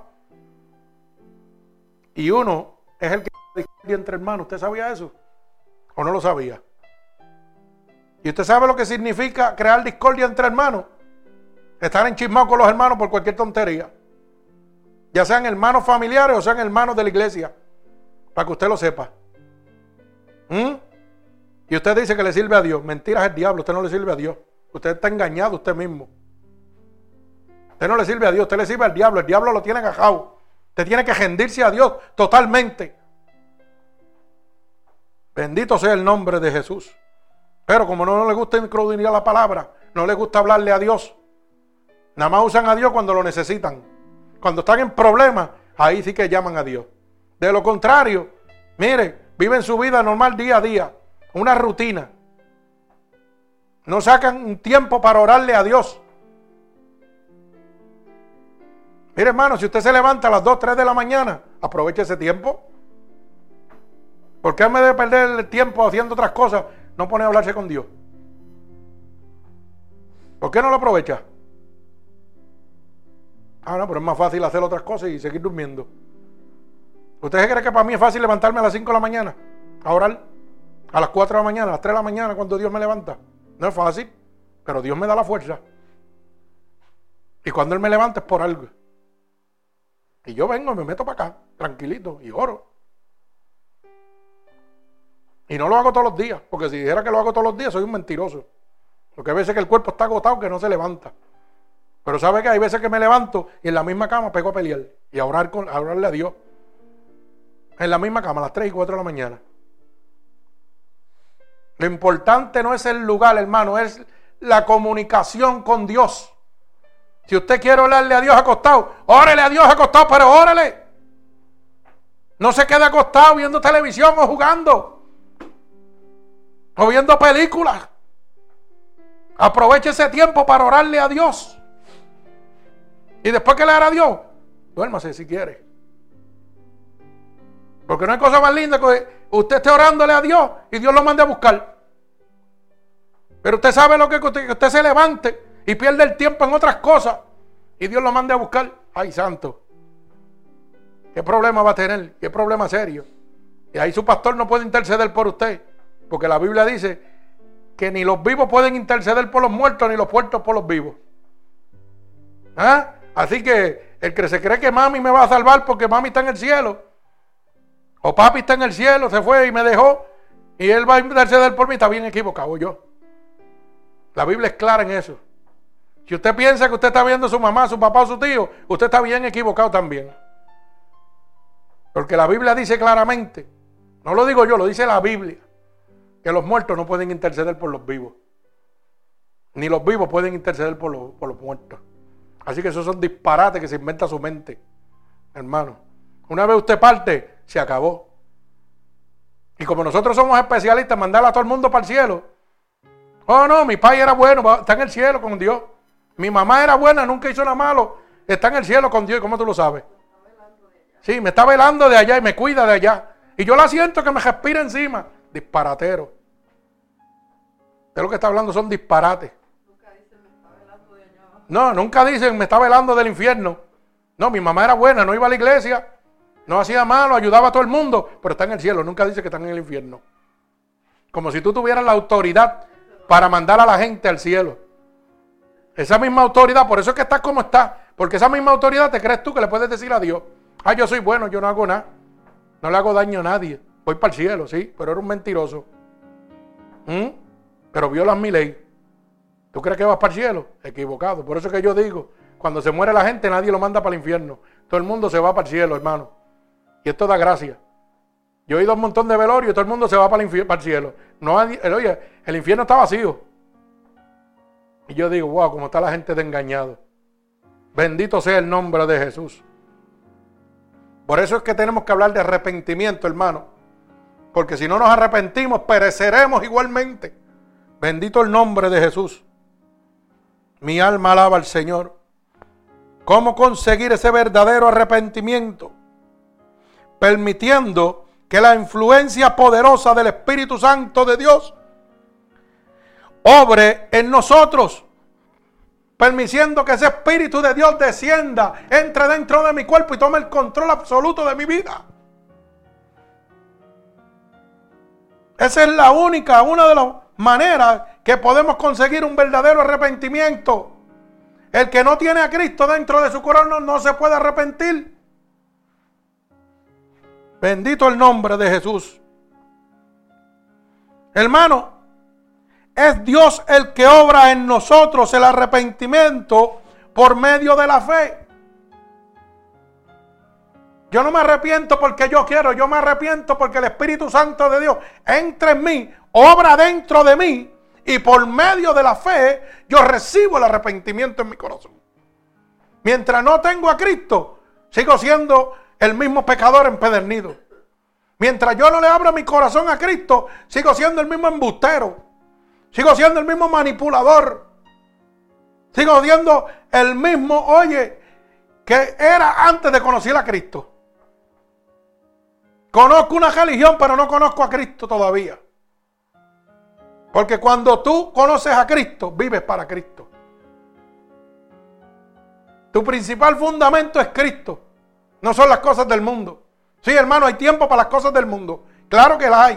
Y uno es el que discordia entre hermanos. ¿Usted sabía eso? ¿O no lo sabía? ¿Y usted sabe lo que significa crear discordia entre hermanos? Estar enchismados con los hermanos por cualquier tontería. Ya sean hermanos familiares o sean hermanos de la iglesia. Para que usted lo sepa. Y usted dice que le sirve a Dios. Mentira, es el diablo. Usted no le sirve a Dios. Usted está engañado usted mismo. Usted no le sirve a Dios. Usted le sirve al diablo. El diablo lo tiene agajado. Usted tiene que rendirse a Dios totalmente. Bendito sea el nombre de Jesús. Pero como no le gusta incluir la palabra, no le gusta hablarle a Dios, nada más usan a Dios cuando lo necesitan. Cuando están en problemas, ahí sí que llaman a Dios. De lo contrario, mire, viven su vida normal día a día, una rutina. No sacan un tiempo para orarle a Dios. Mire, hermano, si usted se levanta a las 2, 3 de la mañana, aproveche ese tiempo. ¿Por qué en vez de perder el tiempo haciendo otras cosas, no pone a hablarse con Dios? ¿Por qué no lo aprovecha? No, pero es más fácil hacer otras cosas y seguir durmiendo. ¿Usted cree que para mí es fácil levantarme a las 5 de la mañana a orar? A las 4 de la mañana, a las 3 de la mañana cuando Dios me levanta. No es fácil, pero Dios me da la fuerza. Y cuando Él me levanta es por algo. Y yo vengo y me meto para acá, tranquilito, y oro. Y no lo hago todos los días, porque si dijera que lo hago todos los días soy un mentiroso. Porque hay veces que el cuerpo está agotado que no se levanta. Pero sabe que hay veces que me levanto y en la misma cama pego a pelear y a orarle a Dios. En la misma cama, a las 3 y 4 de la mañana. Lo importante no es el lugar, hermano, es la comunicación con Dios. Si usted quiere orarle a Dios acostado, órele a Dios acostado, pero órele. No se quede acostado viendo televisión o jugando. O viendo películas. Aproveche ese tiempo para orarle a Dios. Y después que le hará a Dios, duérmase si quiere. Porque no hay cosa más linda que usted esté orándole a Dios y Dios lo mande a buscar. Pero usted sabe lo que usted se levante y pierde el tiempo en otras cosas y Dios lo mande a buscar. Ay, santo. ¿Qué problema va a tener? ¿Qué problema serio? Y ahí su pastor no puede interceder por usted. Porque la Biblia dice que ni los vivos pueden interceder por los muertos, ni los muertos por los vivos. Así que el que se cree que mami me va a salvar porque mami está en el cielo, o papi está en el cielo, se fue y me dejó, y él va a interceder por mí, está bien equivocado yo. La Biblia es clara en eso. Si usted piensa que usted está viendo a su mamá, a su papá o a su tío, usted está bien equivocado también. Porque la Biblia dice claramente, no lo digo yo, lo dice la Biblia, que los muertos no pueden interceder por los vivos. Ni los vivos pueden interceder por los muertos. Así que esos son disparates que se inventa su mente, hermano. Una vez usted parte, se acabó. Y como nosotros somos especialistas en mandar a todo el mundo para el cielo. Oh no, mi padre era bueno, está en el cielo con Dios. Mi mamá era buena, nunca hizo nada malo, está en el cielo con Dios. ¿Y cómo tú lo sabes? Sí, me está velando de allá y me cuida de allá. Y yo la siento que me respira encima. Disparatero. De lo que está hablando son disparates. Nunca dicen me está velando de allá. No, nunca dicen me está velando del infierno. No, mi mamá era buena, no iba a la iglesia, no hacía malo, ayudaba a todo el mundo, pero está en el cielo. Nunca dice que están en el infierno. Como si tú tuvieras la autoridad para mandar a la gente al cielo. Esa misma autoridad, por eso es que estás como estás. Porque esa misma autoridad te crees tú que le puedes decir a Dios: ah, yo soy bueno, yo no hago nada, no le hago daño a nadie, voy para el cielo, sí, pero eres un mentiroso. Pero violas mi ley. ¿Tú crees que vas para el cielo? Equivocado. Por eso es que yo digo, cuando se muere la gente nadie lo manda para el infierno. Todo el mundo se va para el cielo, hermano. Y esto da gracia. Yo he ido a un montón de velorios y todo el mundo se va para el cielo. No, oye, el infierno está vacío. Y yo digo, wow, cómo está la gente de engañado. Bendito sea el nombre de Jesús. Por eso es que tenemos que hablar de arrepentimiento, hermano. Porque si no nos arrepentimos, pereceremos igualmente. Bendito el nombre de Jesús. Mi alma alaba al Señor. ¿Cómo conseguir ese verdadero arrepentimiento? Permitiendo que la influencia poderosa del Espíritu Santo de Dios obre en nosotros. Permitiendo que ese Espíritu de Dios descienda, entre dentro de mi cuerpo y tome el control absoluto de mi vida. Esa es una de las maneras que podemos conseguir un verdadero arrepentimiento. El que no tiene a Cristo dentro de su corazón no se puede arrepentir. Bendito el nombre de Jesús. Hermano, es Dios el que obra en nosotros el arrepentimiento por medio de la fe. Yo no me arrepiento porque yo quiero, yo me arrepiento porque el Espíritu Santo de Dios entra en mí, obra dentro de mí, y por medio de la fe yo recibo el arrepentimiento en mi corazón. Mientras no tengo a Cristo, sigo siendo el mismo pecador empedernido. Mientras yo no le abro mi corazón a Cristo, sigo siendo el mismo embustero. Sigo siendo el mismo manipulador. Sigo siendo el mismo, que era antes de conocer a Cristo. Conozco una religión, pero no conozco a Cristo todavía. Porque cuando tú conoces a Cristo, vives para Cristo. Tu principal fundamento es Cristo. No son las cosas del mundo. Sí, hermano, hay tiempo para las cosas del mundo. Claro que las hay.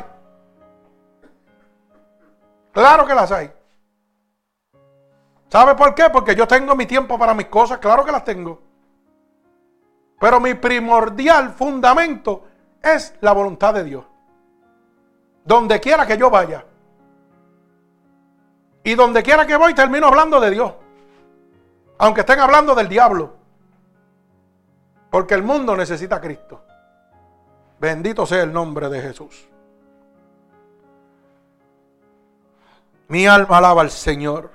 Claro que las hay. ¿Sabe por qué? Porque yo tengo mi tiempo para mis cosas. Claro que las tengo. Pero mi primordial fundamento es la voluntad de Dios. Donde quiera que yo vaya. Y donde quiera que voy termino hablando de Dios. Aunque estén hablando del diablo. Porque el mundo necesita a Cristo. Bendito sea el nombre de Jesús. Mi alma alaba al Señor.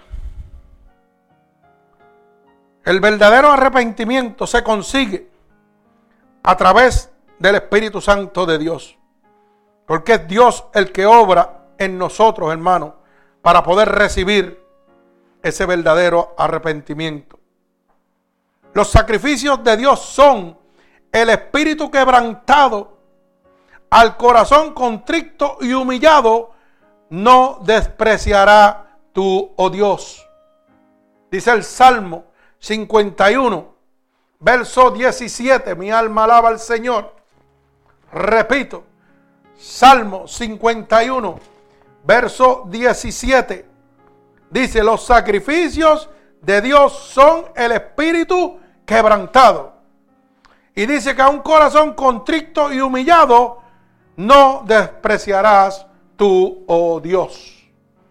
El verdadero arrepentimiento se consigue a través del Espíritu Santo de Dios. Porque es Dios el que obra en nosotros, hermanos, para poder recibir ese verdadero arrepentimiento. Los sacrificios de Dios son el espíritu quebrantado, al corazón contrito y humillado, no despreciará tú, oh Dios. Dice el Salmo 51, verso 17. Mi alma alaba al Señor. Repito, Salmo 51, verso 17. Dice: los sacrificios de Dios son el espíritu quebrantado. Y dice que a un corazón contrito y humillado no despreciarás tú, oh Dios.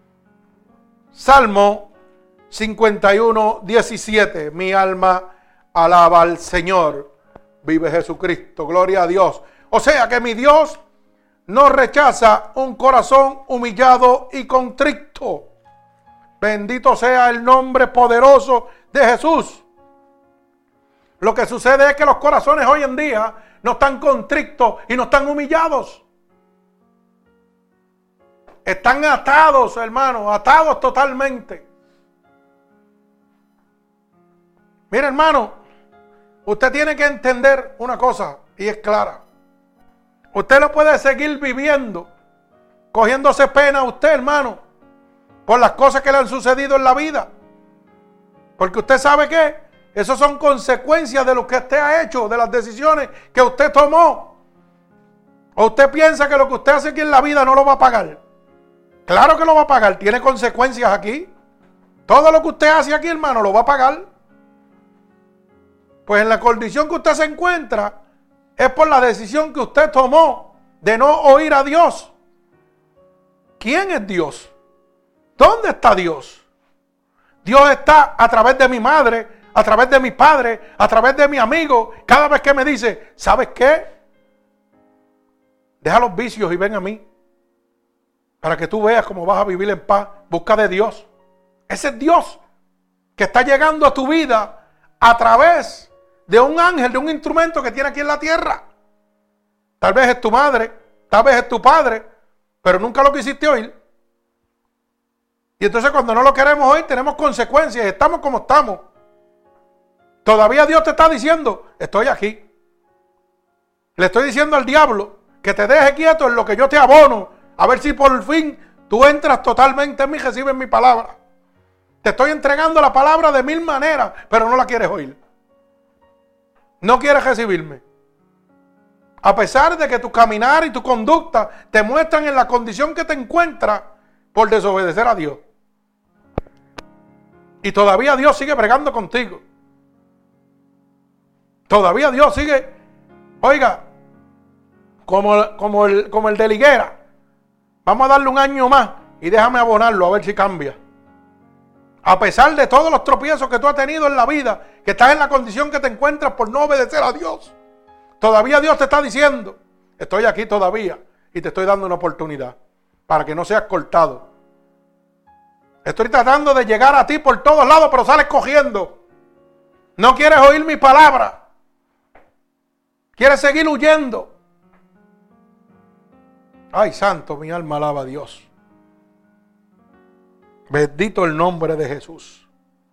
Salmo 51, 17. Mi alma alaba al Señor. Vive Jesucristo, gloria a Dios. O sea que mi Dios no rechaza un corazón humillado y contrito. Bendito sea el nombre poderoso de Jesús. Lo que sucede es que los corazones hoy en día no están contritos y no están humillados. Están atados, hermano, atados totalmente. Mire, hermano, usted tiene que entender una cosa y es clara. Usted no puede seguir viviendo, cogiéndose pena a usted, hermano, por las cosas que le han sucedido en la vida. Porque usted sabe que esas son consecuencias de lo que usted ha hecho, de las decisiones que usted tomó. ¿O usted piensa que lo que usted hace aquí en la vida no lo va a pagar? Claro que lo va a pagar, tiene consecuencias aquí. Todo lo que usted hace aquí, hermano, lo va a pagar. Pues en la condición que usted se encuentra es por la decisión que usted tomó de no oír a Dios. ¿Quién es Dios? ¿Dónde está Dios? Dios está a través de mi madre, a través de mi padre, a través de mi amigo. Cada vez que me dice, ¿sabes qué? Deja los vicios y ven a mí. Para que tú veas cómo vas a vivir en paz. Busca de Dios. Ese es Dios que está llegando a tu vida a través de un ángel, de un instrumento que tiene aquí en la tierra. Tal vez es tu madre, tal vez es tu padre, pero nunca lo quisiste oír. Y entonces cuando no lo queremos oír tenemos consecuencias, estamos como estamos. Todavía Dios te está diciendo, estoy aquí. Le estoy diciendo al diablo que te deje quieto en lo que yo te abono, a ver si por fin tú entras totalmente en mí y recibes mi palabra. Te estoy entregando la palabra de mil maneras, pero no la quieres oír. No quieres recibirme. A pesar de que tu caminar y tu conducta te muestran en la condición que te encuentras por desobedecer a Dios. Y todavía Dios sigue bregando contigo. Todavía Dios sigue, oiga, como el de la higuera. Vamos a darle un año más y déjame abonarlo a ver si cambia. A pesar de todos los tropiezos que tú has tenido en la vida, que estás en la condición que te encuentras por no obedecer a Dios, todavía Dios te está diciendo, estoy aquí todavía y te estoy dando una oportunidad para que no seas cortado. Estoy tratando de llegar a ti por todos lados, pero sales cogiendo. No quieres oír mi palabra. Quieres seguir huyendo. Ay, santo, mi alma alaba a Dios. Bendito el nombre de Jesús.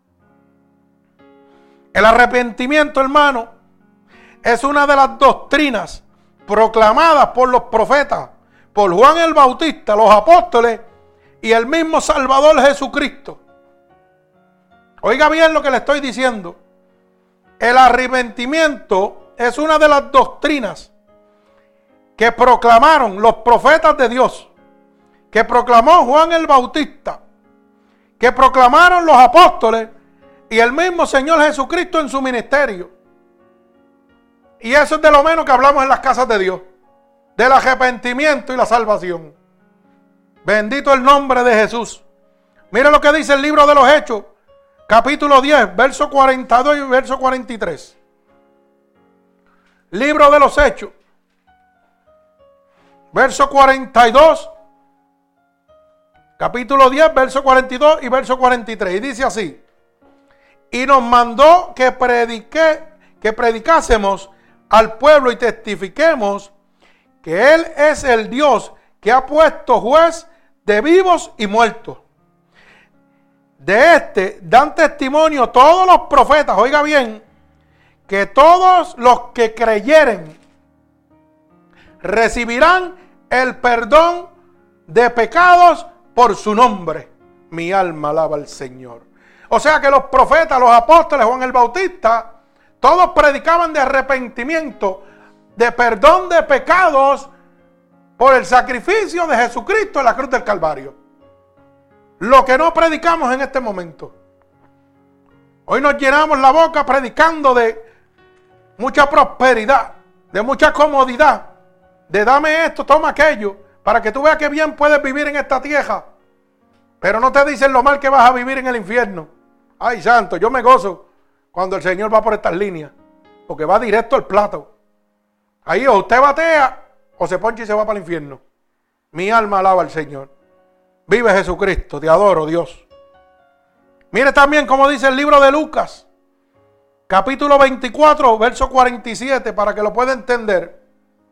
El arrepentimiento, hermano, es una de las doctrinas proclamadas por los profetas, por Juan el Bautista, los apóstoles y el mismo Salvador Jesucristo. Oiga bien lo que le estoy diciendo. El arrepentimiento es una de las doctrinas que proclamaron los profetas de Dios, que proclamó Juan el Bautista, que proclamaron los apóstoles y el mismo Señor Jesucristo en su ministerio. Y eso es de lo menos que hablamos en las casas de Dios, del arrepentimiento y la salvación. Bendito el nombre de Jesús. Mira lo que dice el libro de los Hechos, capítulo 10, verso 42 y verso 43. Libro de los Hechos, verso 42, capítulo 10, verso 42 y verso 43. Y dice así: y nos mandó que predicásemos al pueblo y testifiquemos que Él es el Dios que ha puesto juez de vivos y muertos. De este dan testimonio todos los profetas, oiga bien, que todos los que creyeren recibirán el perdón de pecados por su nombre. Mi alma alaba al Señor. O sea que los profetas, los apóstoles, Juan el Bautista, todos predicaban de arrepentimiento, de perdón de pecados por el sacrificio de Jesucristo en la cruz del Calvario. Lo que no predicamos en este momento. Hoy nos llenamos la boca predicando de mucha prosperidad, de mucha comodidad, de dame esto, toma aquello, para que tú veas que bien puedes vivir en esta tierra. Pero no te dicen lo mal que vas a vivir en el infierno. Ay, santo, yo me gozo cuando el Señor va por estas líneas, porque va directo al plato. Ahí o usted batea o se poncha y se va para el infierno. Mi alma alaba al Señor. Vive Jesucristo, te adoro, Dios. Mire también cómo dice el libro de Lucas, capítulo 24, verso 47, para que lo pueda entender.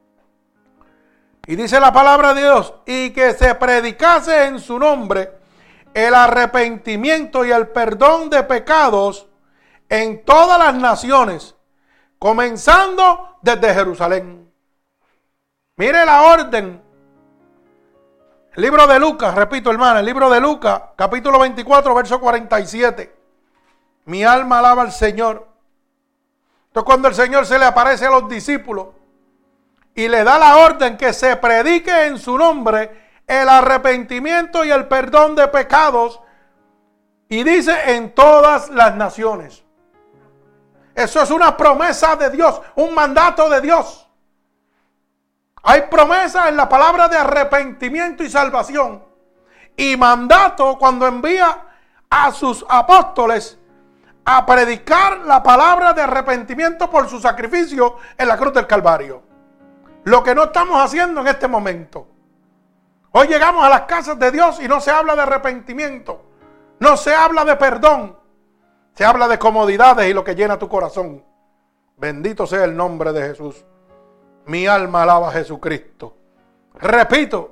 Y dice la palabra de Dios, y que se predicase en su nombre el arrepentimiento y el perdón de pecados en todas las naciones, comenzando desde Jerusalén. Mire la orden. El libro de Lucas, repito hermano, el libro de Lucas, capítulo 24, verso 47. Mi alma alaba al Señor. Entonces cuando el Señor se le aparece a los discípulos y le da la orden que se predique en su nombre el arrepentimiento y el perdón de pecados, y dice en todas las naciones. Eso es una promesa de Dios, un mandato de Dios. Hay promesa en la palabra de arrepentimiento y salvación. Y mandato cuando envía a sus apóstoles a predicar la palabra de arrepentimiento por su sacrificio en la cruz del Calvario. Lo que no estamos haciendo en este momento. Hoy llegamos a las casas de Dios y no se habla de arrepentimiento. No se habla de perdón. Se habla de comodidades y lo que llena tu corazón. Bendito sea el nombre de Jesús. Mi alma alaba a Jesucristo. Repito,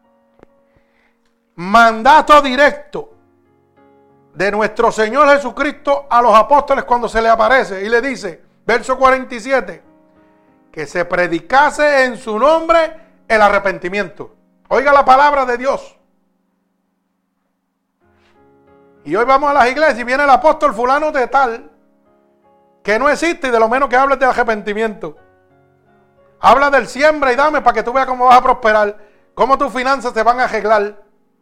mandato directo de nuestro Señor Jesucristo a los apóstoles cuando se le aparece y le dice, verso 47, que se predicase en su nombre el arrepentimiento. Oiga la palabra de Dios. Y hoy vamos a las iglesias y viene el apóstol fulano de tal, que no existe y de lo menos que hable de arrepentimiento. Habla del siembra y dame para que tú veas cómo vas a prosperar, cómo tus finanzas te van a arreglar.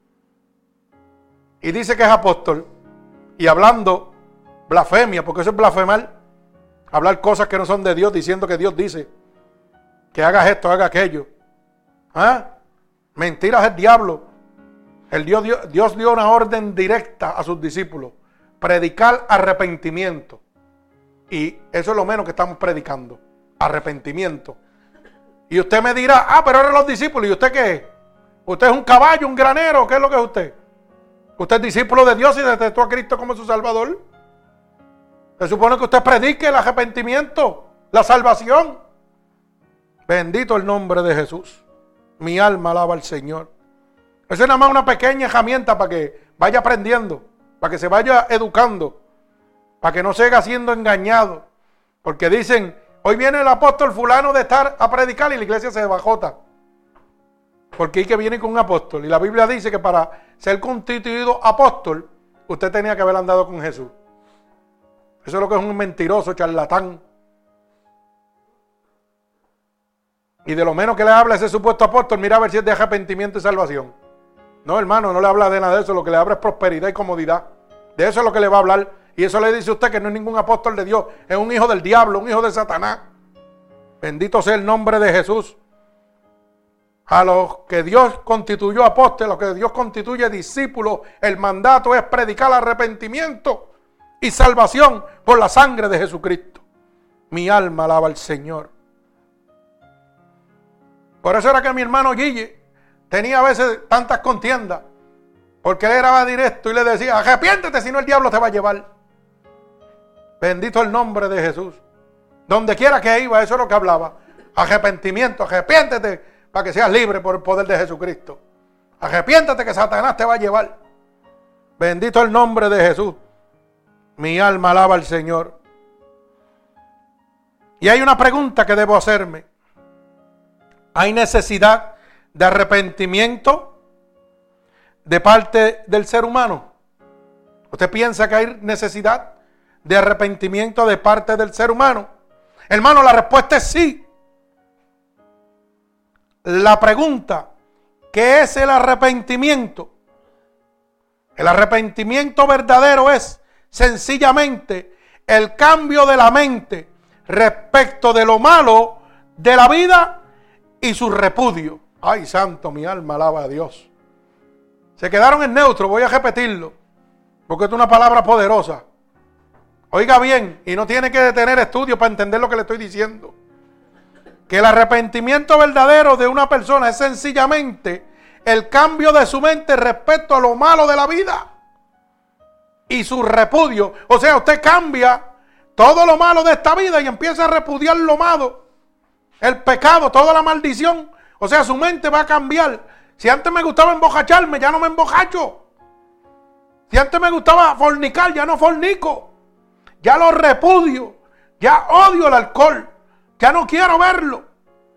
Y dice que es apóstol. Y hablando blasfemia, porque eso es blasfemar. Hablar cosas que no son de Dios, diciendo que Dios dice que hagas esto, haga aquello. ¿Ah? Mentiras del diablo. Dios dio una orden directa a sus discípulos. Predicar arrepentimiento. Y eso es lo menos que estamos predicando. Arrepentimiento. Y usted me dirá, pero eran los discípulos. ¿Y usted qué es? ¿Usted es un caballo, un granero? ¿Qué es lo que es usted? ¿Usted es discípulo de Dios y aceptó a Cristo como su Salvador? Se supone que usted predique el arrepentimiento, la salvación. Bendito el nombre de Jesús. Mi alma alaba al Señor. Eso es nada más una pequeña herramienta para que vaya aprendiendo, para que se vaya educando, para que no siga siendo engañado. Porque dicen, hoy viene el apóstol fulano de estar a predicar y la iglesia se bajota. Porque hay que viene con un apóstol. Y la Biblia dice que para ser constituido apóstol, usted tenía que haber andado con Jesús. Eso es lo que es un mentiroso, charlatán. Y de lo menos que le habla ese supuesto apóstol, mira a ver si es de arrepentimiento y salvación. No, hermano, no le habla de nada de eso. Lo que le habla es prosperidad y comodidad. De eso es lo que le va a hablar. Y eso le dice a usted que no es ningún apóstol de Dios. Es un hijo del diablo, un hijo de Satanás. Bendito sea el nombre de Jesús. A los que Dios constituyó apóstoles, a los que Dios constituye discípulos, el mandato es predicar arrepentimiento y salvación por la sangre de Jesucristo. Mi alma alaba al Señor. Por eso era que mi hermano Guille tenía a veces tantas contiendas, porque él era directo y le decía, arrepiéntete si no el diablo te va a llevar. Bendito el nombre de Jesús. Donde quiera que iba, eso es lo que hablaba. Arrepentimiento, arrepiéntete para que seas libre por el poder de Jesucristo. Arrepiéntete que Satanás te va a llevar. Bendito el nombre de Jesús. Mi alma alaba al Señor. Y hay una pregunta que debo hacerme. ¿Hay necesidad de arrepentimiento de parte del ser humano? ¿Usted piensa que hay necesidad de arrepentimiento de parte del ser humano? Hermano, la respuesta es sí. La pregunta, ¿qué es el arrepentimiento? El arrepentimiento verdadero es sencillamente el cambio de la mente respecto de lo malo de la vida y su repudio. Ay, santo, mi alma alaba a Dios. Se quedaron en neutro, voy a repetirlo, porque es una palabra poderosa. Oiga bien, y no tiene que tener estudio para entender lo que le estoy diciendo. Que el arrepentimiento verdadero de una persona es sencillamente el cambio de su mente respecto a lo malo de la vida y su repudio. O sea, usted cambia todo lo malo de esta vida y empieza a repudiar lo malo, el pecado, toda la maldición. O sea, su mente va a cambiar. Si antes me gustaba embojacharme, ya no me embojacho. Si antes me gustaba fornicar, ya no fornico. Ya lo repudio. Ya odio el alcohol. Ya no quiero verlo.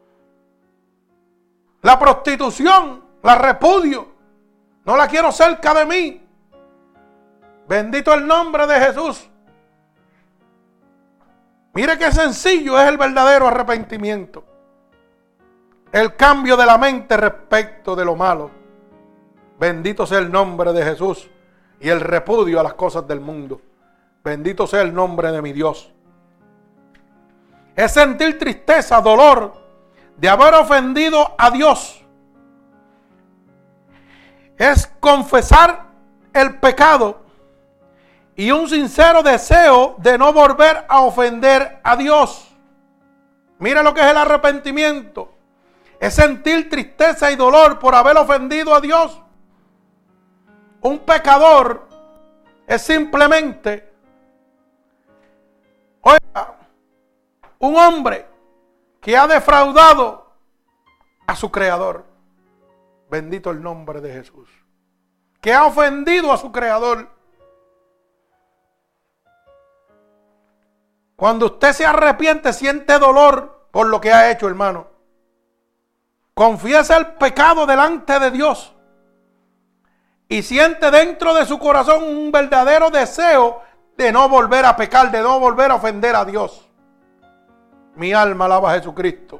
La prostitución la repudio. No la quiero cerca de mí. Bendito el nombre de Jesús. Mire qué sencillo es el verdadero arrepentimiento. El cambio de la mente respecto de lo malo. Bendito sea el nombre de Jesús. Y el repudio a las cosas del mundo. Bendito sea el nombre de mi Dios. Es sentir tristeza, dolor de haber ofendido a Dios. Es confesar el pecado y un sincero deseo de no volver a ofender a Dios. Mira lo que es el arrepentimiento. Es sentir tristeza y dolor por haber ofendido a Dios. Un pecador es simplemente, oiga, un hombre que ha defraudado a su Creador. Bendito el nombre de Jesús. Que ha ofendido a su Creador. Cuando usted se arrepiente, siente dolor por lo que ha hecho, hermano. Confiesa el pecado delante de Dios. Y siente dentro de su corazón un verdadero deseo de no volver a pecar, de no volver a ofender a Dios. Mi alma alaba a Jesucristo.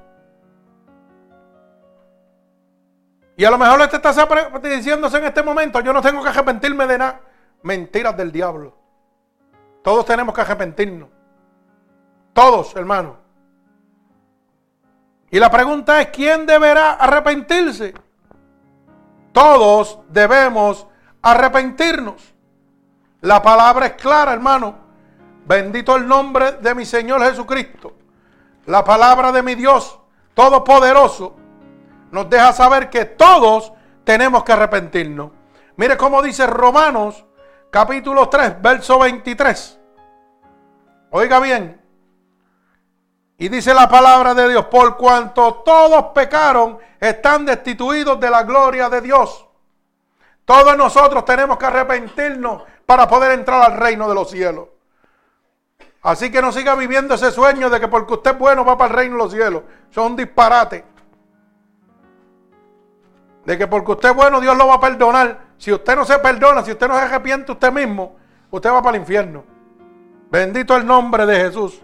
Y a lo mejor usted está diciéndose en este momento, yo no tengo que arrepentirme de nada. Mentiras del diablo. Todos tenemos que arrepentirnos. Todos, hermano. Y la pregunta es, ¿quién deberá arrepentirse? Todos debemos arrepentirnos. La palabra es clara, hermano. Bendito el nombre de mi Señor Jesucristo. La palabra de mi Dios Todopoderoso nos deja saber que todos tenemos que arrepentirnos. Mire cómo dice Romanos capítulo 3, verso 23. Oiga bien. Y dice la palabra de Dios, por cuanto todos pecaron, están destituidos de la gloria de Dios. Todos nosotros tenemos que arrepentirnos para poder entrar al reino de los cielos. Así que no siga viviendo ese sueño de que porque usted es bueno va para el reino de los cielos. Eso es un disparate. De que porque usted es bueno Dios lo va a perdonar. Si usted no se perdona, si usted no se arrepiente usted mismo, usted va para el infierno. Bendito el nombre de Jesús.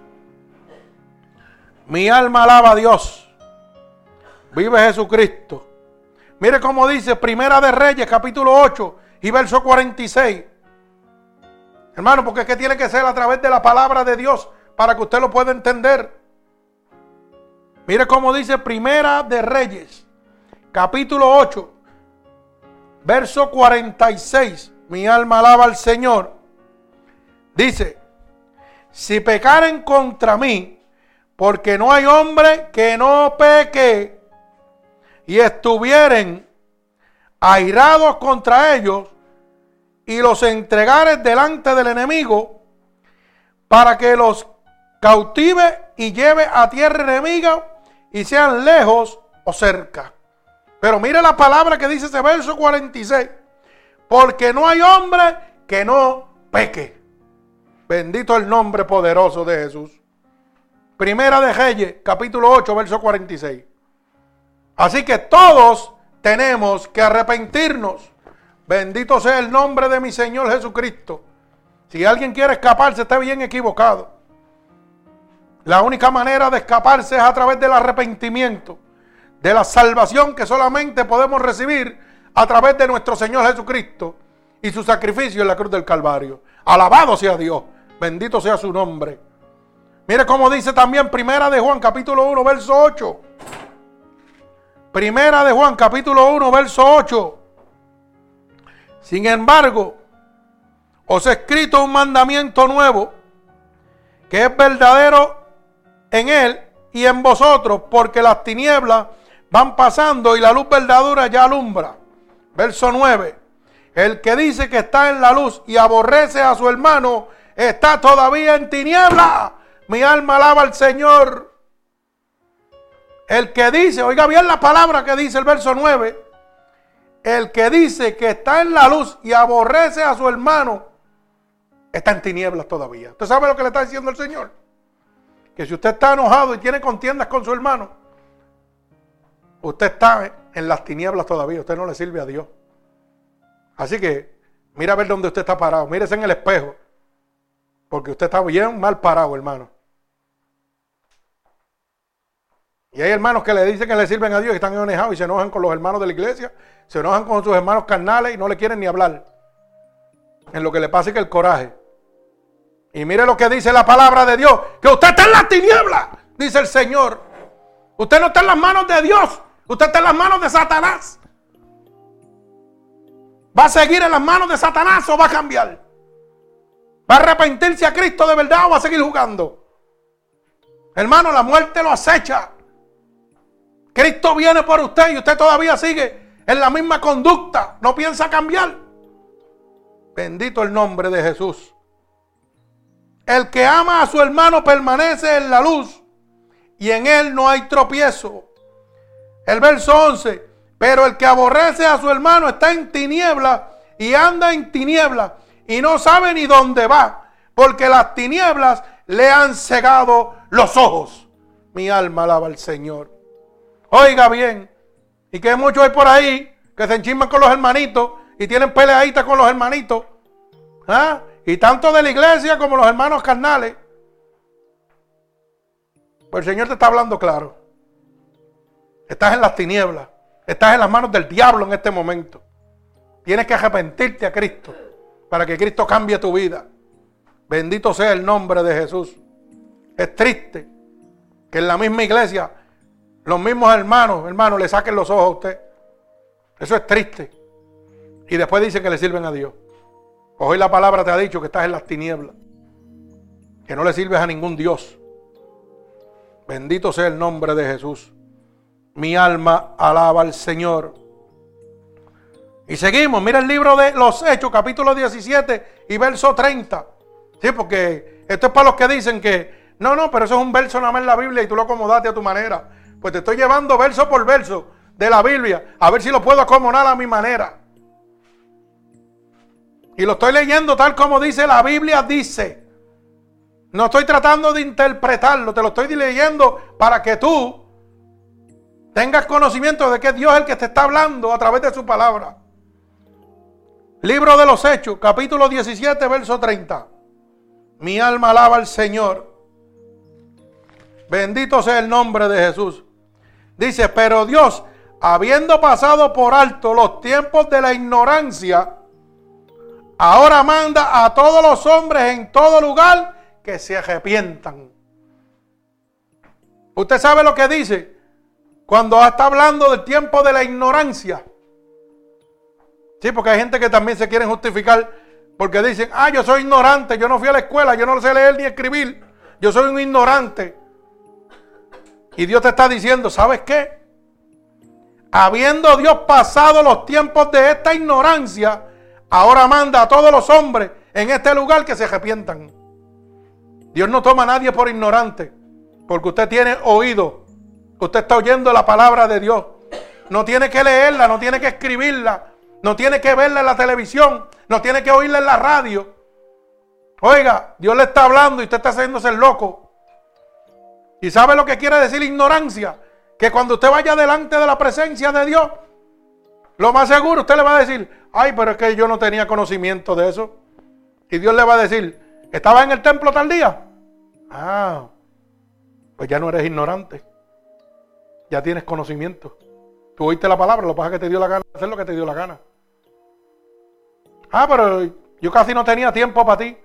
Mi alma alaba a Dios. Vive Jesucristo. Mire cómo dice Primera de Reyes, capítulo 8 y verso 46. Hermano, porque es que tiene que ser a través de la palabra de Dios para que usted lo pueda entender. Mire cómo dice Primera de Reyes, capítulo 8, verso 46. Mi alma alaba al Señor. Dice, si pecaren contra mí, porque no hay hombre que no peque, y estuvieren airados contra ellos, y los entregares delante del enemigo, para que los cautive y lleve a tierra enemiga, y sean lejos o cerca. Pero mire la palabra que dice ese verso 46. Porque no hay hombre que no peque. Bendito el nombre poderoso de Jesús. Primera de Reyes, capítulo 8, verso 46. Así que todos tenemos que arrepentirnos. Bendito sea el nombre de mi Señor Jesucristo. Si alguien quiere escaparse, está bien equivocado. La única manera de escaparse es a través del arrepentimiento, de la salvación que solamente podemos recibir a través de nuestro Señor Jesucristo y su sacrificio en la cruz del Calvario. Alabado sea Dios. Bendito sea su nombre. Mire cómo dice también Primera de Juan, capítulo 1, verso 8. Primera de Juan, capítulo 1, verso 8. Sin embargo, os he escrito un mandamiento nuevo, que es verdadero en él y en vosotros, porque las tinieblas van pasando y la luz verdadera ya alumbra. Verso 9. El que dice que está en la luz y aborrece a su hermano, está todavía en tiniebla. Mi alma alaba al Señor. El que dice, oiga bien la palabra que dice el verso 9. El que dice que está en la luz y aborrece a su hermano, está en tinieblas todavía. ¿Usted sabe lo que le está diciendo el Señor? Que si usted está enojado y tiene contiendas con su hermano, usted está en las tinieblas todavía. Usted no le sirve a Dios. Así que mira a ver dónde usted está parado. Mírese en el espejo. Porque usted está bien mal parado, hermano. Y hay hermanos que le dicen que le sirven a Dios y están enojados y se enojan con los hermanos de la iglesia. Se enojan con sus hermanos carnales y no le quieren ni hablar. En lo que le pasa es que el coraje. Y mire lo que dice la palabra de Dios. Que usted está en las tinieblas, dice el Señor. Usted no está en las manos de Dios. Usted está en las manos de Satanás. ¿Va a seguir en las manos de Satanás o va a cambiar? ¿Va a arrepentirse a Cristo de verdad o va a seguir jugando? Hermano, la muerte lo acecha. Cristo viene por usted y usted todavía sigue en la misma conducta. No piensa cambiar. Bendito el nombre de Jesús. El que ama a su hermano permanece en la luz y en él no hay tropiezo. El verso 11. Pero el que aborrece a su hermano está en tinieblas y anda en tinieblas y no sabe ni dónde va, porque las tinieblas le han cegado los ojos. Mi alma alaba al Señor. Oiga bien, y que muchos hay por ahí que se enchisman con los hermanitos y tienen peleaditas con los hermanitos. ¿Ah? Y tanto de la iglesia como los hermanos carnales. Pues el Señor te está hablando claro. Estás en las tinieblas. Estás en las manos del diablo en este momento. Tienes que arrepentirte a Cristo para que Cristo cambie tu vida. Bendito sea el nombre de Jesús. Es triste que en la misma iglesia los mismos hermanos le saquen los ojos a usted. Eso es triste. Y después dice que le sirven a Dios. Pues hoy la palabra te ha dicho que estás en las tinieblas, que no le sirves a ningún Dios. Bendito sea el nombre de Jesús. Mi alma alaba al Señor. Y seguimos, mira el libro de los Hechos, capítulo 17 y verso 30. Sí, porque esto es para los que dicen que no, pero eso es un verso nada más en la Biblia y tú lo acomodaste a tu manera. Pues te estoy llevando verso por verso de la Biblia, a ver si lo puedo acomodar a mi manera. Y lo estoy leyendo tal como dice la Biblia dice. No estoy tratando de interpretarlo, te lo estoy leyendo para que tú tengas conocimiento de que Dios es el que te está hablando a través de su palabra. Libro de los Hechos, capítulo 17, verso 30. Mi alma alaba al Señor. Bendito sea el nombre de Jesús. Dice, pero Dios, habiendo pasado por alto los tiempos de la ignorancia, ahora manda a todos los hombres en todo lugar que se arrepientan. ¿Usted sabe lo que dice cuando está hablando del tiempo de la ignorancia? Sí, porque hay gente que también se quieren justificar porque dicen, yo soy ignorante, yo no fui a la escuela, yo no sé leer ni escribir, yo soy un ignorante. Y Dios te está diciendo, ¿sabes qué? Habiendo Dios pasado los tiempos de esta ignorancia, ahora manda a todos los hombres en este lugar que se arrepientan. Dios no toma a nadie por ignorante, porque usted tiene oído, usted está oyendo la palabra de Dios. No tiene que leerla, no tiene que escribirla, no tiene que verla en la televisión, no tiene que oírla en la radio. Oiga, Dios le está hablando y usted está haciéndose el loco. ¿Y sabe lo que quiere decir ignorancia? Que cuando usted vaya delante de la presencia de Dios, lo más seguro usted le va a decir, pero es que yo no tenía conocimiento de eso. Y Dios le va a decir, ¿estaba en el templo tal día? Pues ya no eres ignorante. Ya tienes conocimiento. Tú oíste la palabra, lo que pasa es que te dio la gana de hacer lo que te dio la gana. Pero yo casi no tenía tiempo para ti.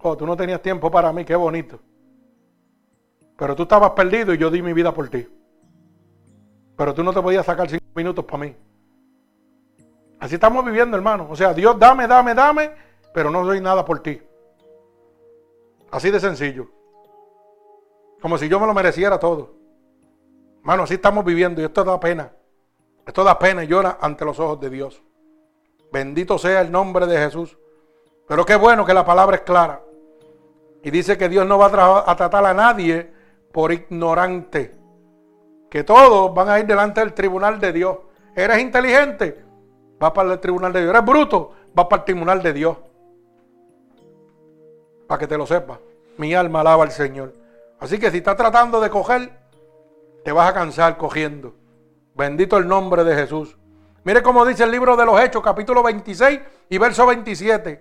Oh, tú no tenías tiempo para mí, qué bonito. Pero tú estabas perdido y yo di mi vida por ti. Pero tú no te podías sacar 5 minutos para mí. Así estamos viviendo, hermano. O sea, Dios, dame, pero no doy nada por ti. Así de sencillo. Como si yo me lo mereciera todo. Hermano, así estamos viviendo y esto da pena. Esto da pena y llora ante los ojos de Dios. Bendito sea el nombre de Jesús. Pero qué bueno que la palabra es clara. Y dice que Dios no va a tratar a nadie por ignorante. Que todos van a ir delante del tribunal de Dios. ¿Eres inteligente? Va para el tribunal de Dios. ¿Eres bruto? Va para el tribunal de Dios. Para que te lo sepas. Mi alma alaba al Señor. Así que si estás tratando de coger, te vas a cansar cogiendo. Bendito el nombre de Jesús. Mire cómo dice el libro de los Hechos, capítulo 26 y verso 27.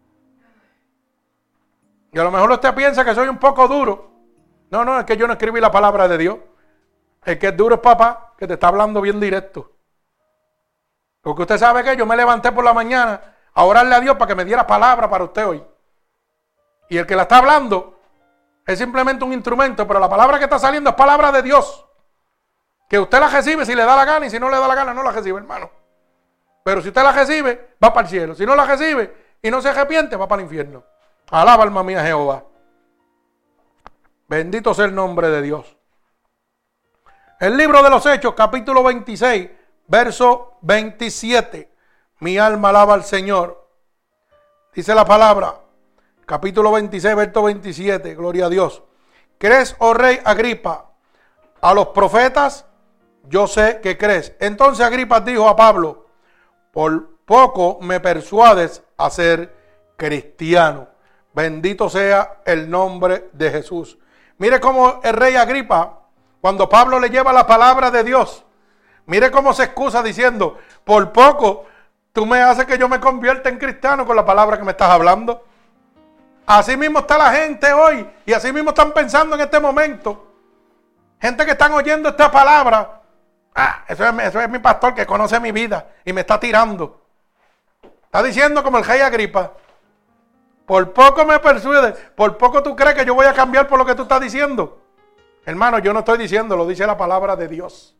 Y a lo mejor usted piensa que soy un poco duro. No, es que yo no escribí la palabra de Dios. El que es duro es papá, que te está hablando bien directo. Porque usted sabe que yo me levanté por la mañana a orarle a Dios para que me diera palabra para usted hoy. Y el que la está hablando es simplemente un instrumento, pero la palabra que está saliendo es palabra de Dios. Que usted la recibe si le da la gana y si no le da la gana no la recibe, hermano. Pero si usted la recibe, va para el cielo. Si no la recibe y no se arrepiente, va para el infierno. Alaba alma mía Jehová. Bendito sea el nombre de Dios. El libro de los Hechos, capítulo 26, verso 27. Mi alma alaba al Señor. Dice la palabra, capítulo 26, verso 27. Gloria a Dios. ¿Crees, oh rey Agripa, a los profetas? Yo sé que crees. Entonces Agripa dijo a Pablo, por poco me persuades a ser cristiano. Bendito sea el nombre de Jesús. Mire cómo el rey Agripa, cuando Pablo le lleva la palabra de Dios, mire cómo se excusa diciendo, por poco tú me haces que yo me convierta en cristiano con la palabra que me estás hablando. Así mismo está la gente hoy y así mismo están pensando en este momento. Gente que están oyendo esta palabra. Eso es mi pastor que conoce mi vida y me está tirando. Está diciendo como el rey Agripa. Por poco me persuades, por poco tú crees que yo voy a cambiar por lo que tú estás diciendo. Hermano, yo no estoy diciendo, lo dice la palabra de Dios.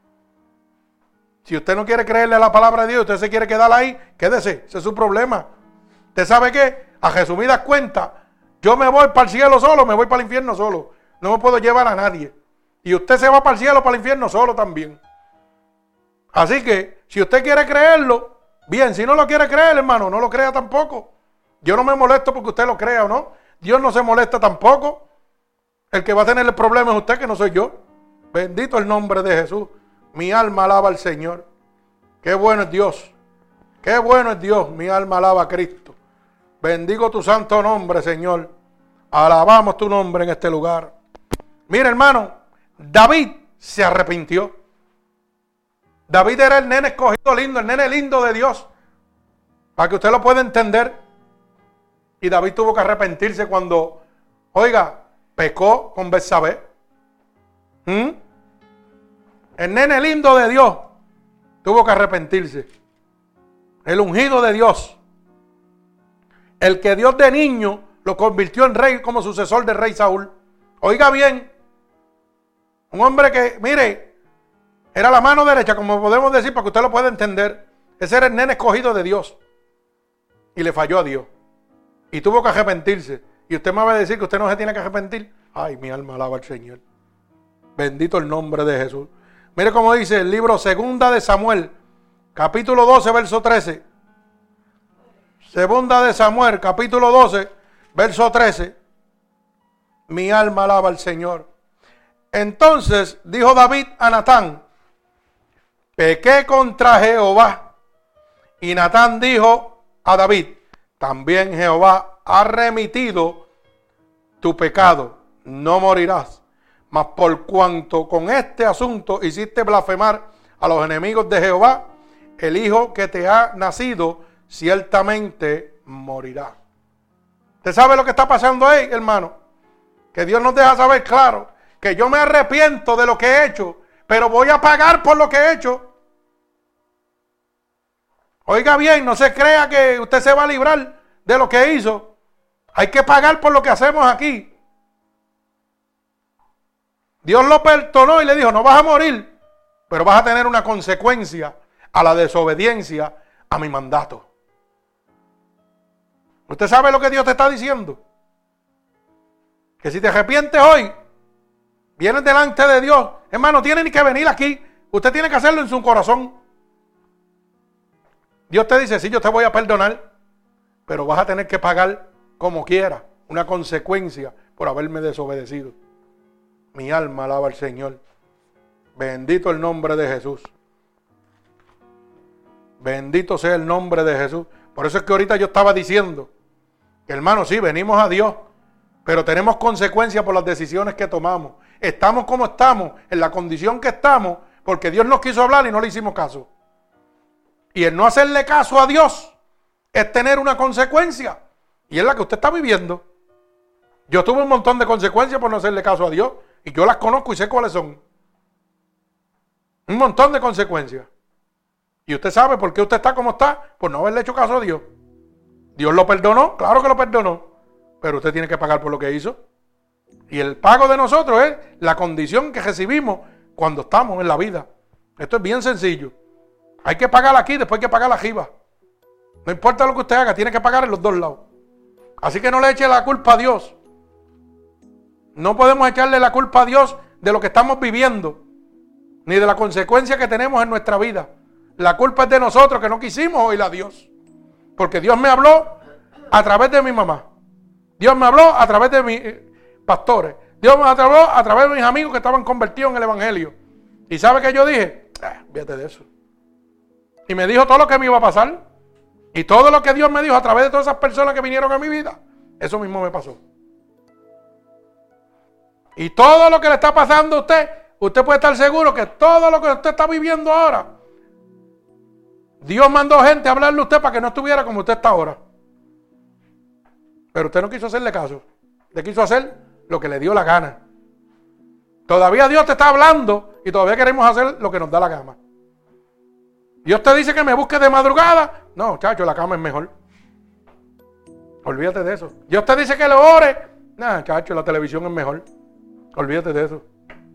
Si usted no quiere creerle a la palabra de Dios, usted se quiere quedar ahí, quédese, ese es su problema. ¿Usted sabe qué? A resumidas cuentas, yo me voy para el cielo solo, me voy para el infierno solo. No me puedo llevar a nadie. Y usted se va para el cielo, para el infierno solo también. Así que, si usted quiere creerlo, bien. Si no lo quiere creer, hermano, no lo crea tampoco. Yo no me molesto porque usted lo crea o no. Dios no se molesta tampoco. El que va a tener el problema es usted, que no soy yo. Bendito el nombre de Jesús. Mi alma alaba al Señor. Qué bueno es Dios. Qué bueno es Dios. Mi alma alaba a Cristo. Bendigo tu santo nombre, Señor. Alabamos tu nombre en este lugar. Mira, hermano, David se arrepintió. David era el nene escogido lindo, el nene lindo de Dios. Para que usted lo pueda entender. Y David tuvo que arrepentirse cuando, oiga, pecó con Betsabé. El nene lindo de Dios tuvo que arrepentirse. El ungido de Dios. El que Dios de niño lo convirtió en rey como sucesor del rey Saúl. Oiga bien. Un hombre que, mire, era la mano derecha, como podemos decir, para que usted lo pueda entender. Ese era el nene escogido de Dios. Y le falló a Dios. Y tuvo que arrepentirse. Y usted me va a decir que usted no se tiene que arrepentir. Ay, mi alma alaba al Señor. Bendito el nombre de Jesús. Mire cómo dice el libro Segunda de Samuel, capítulo 12, verso 13. Segunda de Samuel, capítulo 12, verso 13. Mi alma alaba al Señor. Entonces dijo David a Natán, pequé contra Jehová. Y Natán dijo a David, también Jehová ha remitido tu pecado, no morirás. Mas por cuanto con este asunto hiciste blasfemar a los enemigos de Jehová, el hijo que te ha nacido ciertamente morirá. ¿Usted sabe lo que está pasando ahí, hermano? Que Dios nos deja saber claro que yo me arrepiento de lo que he hecho, pero voy a pagar por lo que he hecho. Oiga bien, no se crea que usted se va a librar de lo que hizo. Hay que pagar por lo que hacemos aquí. Dios lo perdonó y le dijo, no vas a morir, pero vas a tener una consecuencia a la desobediencia a mi mandato. ¿Usted sabe lo que Dios te está diciendo? Que si te arrepientes hoy, vienes delante de Dios, hermano, tiene ni que venir aquí. Usted tiene que hacerlo en su corazón. Dios te dice, sí, yo te voy a perdonar, pero vas a tener que pagar como quiera, una consecuencia por haberme desobedecido. Mi alma alaba al Señor. Bendito el nombre de Jesús. Bendito sea el nombre de Jesús. Por eso es que ahorita yo estaba diciendo que, hermano, sí, venimos a Dios, pero tenemos consecuencias por las decisiones que tomamos. Estamos como estamos, en la condición que estamos, porque Dios nos quiso hablar y no le hicimos caso. Y el no hacerle caso a Dios es tener una consecuencia. Y es la que usted está viviendo. Yo tuve un montón de consecuencias por no hacerle caso a Dios. Y yo las conozco y sé cuáles son. Un montón de consecuencias. Y usted sabe por qué usted está como está, por no haberle hecho caso a Dios. Dios lo perdonó, claro que lo perdonó. Pero usted tiene que pagar por lo que hizo. Y el pago de nosotros es la condición que recibimos cuando estamos en la vida. Esto es bien sencillo. Hay que pagar aquí, después hay que pagar arriba. No importa lo que usted haga, tiene que pagar en los dos lados. Así que no le eche la culpa a Dios. No podemos echarle la culpa a Dios de lo que estamos viviendo, ni de la consecuencia que tenemos en nuestra vida. La culpa es de nosotros que no quisimos oír a Dios. Porque Dios me habló a través de mi mamá. Dios me habló a través de mis pastores. Dios me habló a través de mis amigos que estaban convertidos en el Evangelio. ¿Y sabe qué yo dije? Fíjate de eso. Y me dijo todo lo que me iba a pasar. Y todo lo que Dios me dijo a través de todas esas personas que vinieron a mi vida, eso mismo me pasó. Y todo lo que le está pasando a usted puede estar seguro que todo lo que usted está viviendo ahora, Dios mandó gente a hablarle a usted para que no estuviera como usted está ahora. Pero usted no quiso hacerle caso. Usted quiso hacer lo que le dio la gana. Todavía Dios te está hablando y todavía queremos hacer lo que nos da la gana. Dios te dice que me busques de madrugada. No, chacho, la cama es mejor. Olvídate de eso. Dios te dice que le ore. No, chacho, la televisión es mejor. Olvídate de eso.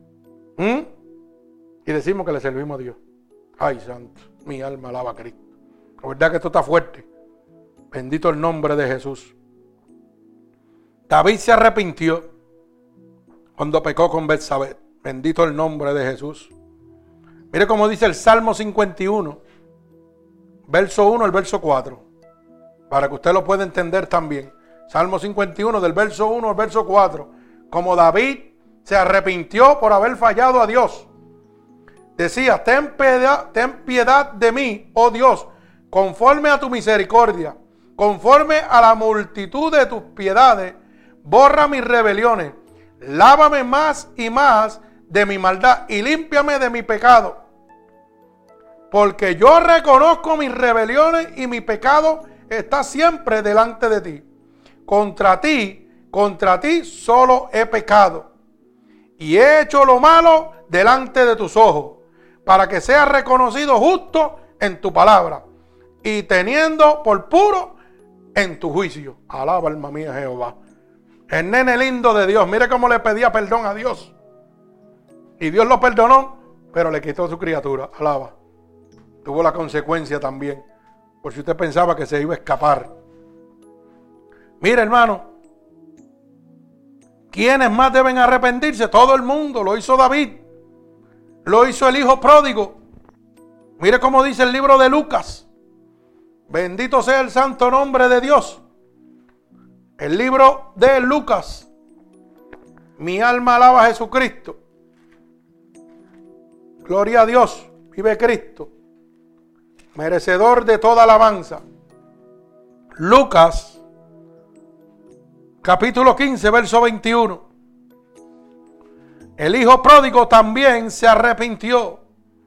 Y decimos que le servimos a Dios. Ay, santo, mi alma alaba a Cristo. La verdad que esto está fuerte. Bendito el nombre de Jesús. David se arrepintió cuando pecó con Betsabé. Bendito el nombre de Jesús. Mire cómo dice el Salmo 51, verso 1 al verso 4, para que usted lo pueda entender también. Salmo 51, del verso 1 al verso 4. Como David se arrepintió por haber fallado a Dios. Decía, ten piedad de mí, oh Dios, conforme a tu misericordia, conforme a la multitud de tus piedades, borra mis rebeliones, lávame más y más de mi maldad y límpiame de mi pecado. Porque yo reconozco mis rebeliones y mi pecado está siempre delante de ti. Contra ti solo he pecado y he hecho lo malo delante de tus ojos, para que seas reconocido justo en tu palabra y teniendo por puro en tu juicio. Alaba alma mía Jehová. El nene lindo de Dios. Mire cómo le pedía perdón a Dios. Y Dios lo perdonó, pero le quitó su criatura. Alaba. Tuvo la consecuencia también. Por si usted pensaba que se iba a escapar. Mire, hermano. ¿Quiénes más deben arrepentirse? Todo el mundo. Lo hizo David. Lo hizo el hijo pródigo. Mire cómo dice el libro de Lucas. Bendito sea el santo nombre de Dios. El libro de Lucas. Mi alma alaba a Jesucristo. Gloria a Dios. Vive Cristo. Merecedor de toda alabanza. Lucas, capítulo 15, verso 21. El hijo pródigo también se arrepintió.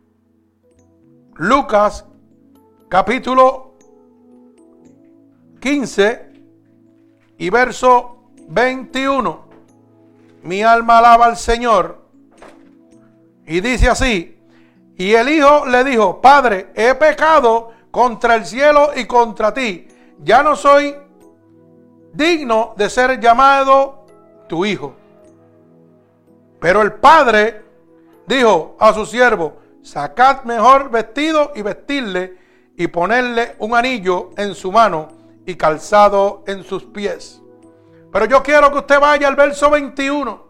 Lucas, capítulo 15 y verso 21. Mi alma alaba al Señor. Y dice así. Y el hijo le dijo, Padre, he pecado contra el cielo y contra ti. Ya no soy digno de ser llamado tu hijo. Pero el padre dijo a su siervo: sacad mejor vestido y vestirle, y ponerle un anillo en su mano y calzado en sus pies. Pero yo quiero que usted vaya al verso 21.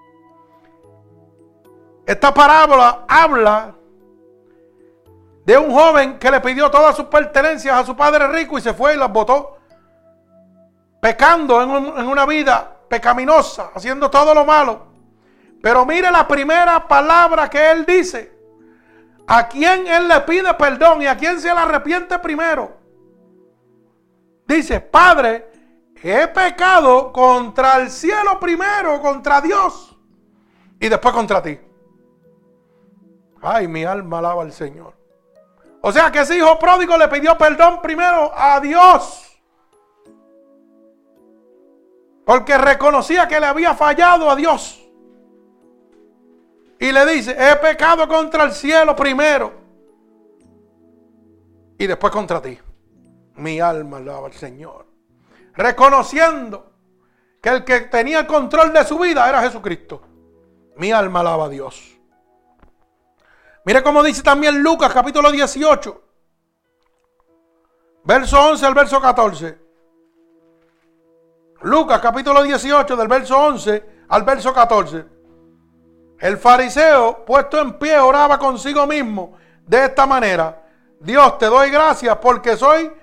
Esta parábola habla de un joven que le pidió todas sus pertenencias a su padre rico y se fue y las botó, pecando en una vida pecaminosa, haciendo todo lo malo. Pero mire la primera palabra que él dice: a quién él le pide perdón y a quién se le arrepiente primero. Dice: Padre, he pecado contra el cielo primero, contra Dios, y después contra ti. Ay, mi alma alaba al Señor. O sea que ese hijo pródigo le pidió perdón primero a Dios, porque reconocía que le había fallado a Dios. Y le dice: he pecado contra el cielo primero y después contra ti. Mi alma alaba al Señor. Reconociendo que el que tenía el control de su vida era Jesucristo. Mi alma alaba a Dios. Mire cómo dice también Lucas capítulo 18, verso 11 al verso 14. Lucas capítulo 18 del verso 11 al verso 14. El fariseo, puesto en pie, oraba consigo mismo de esta manera: Dios, te doy gracias porque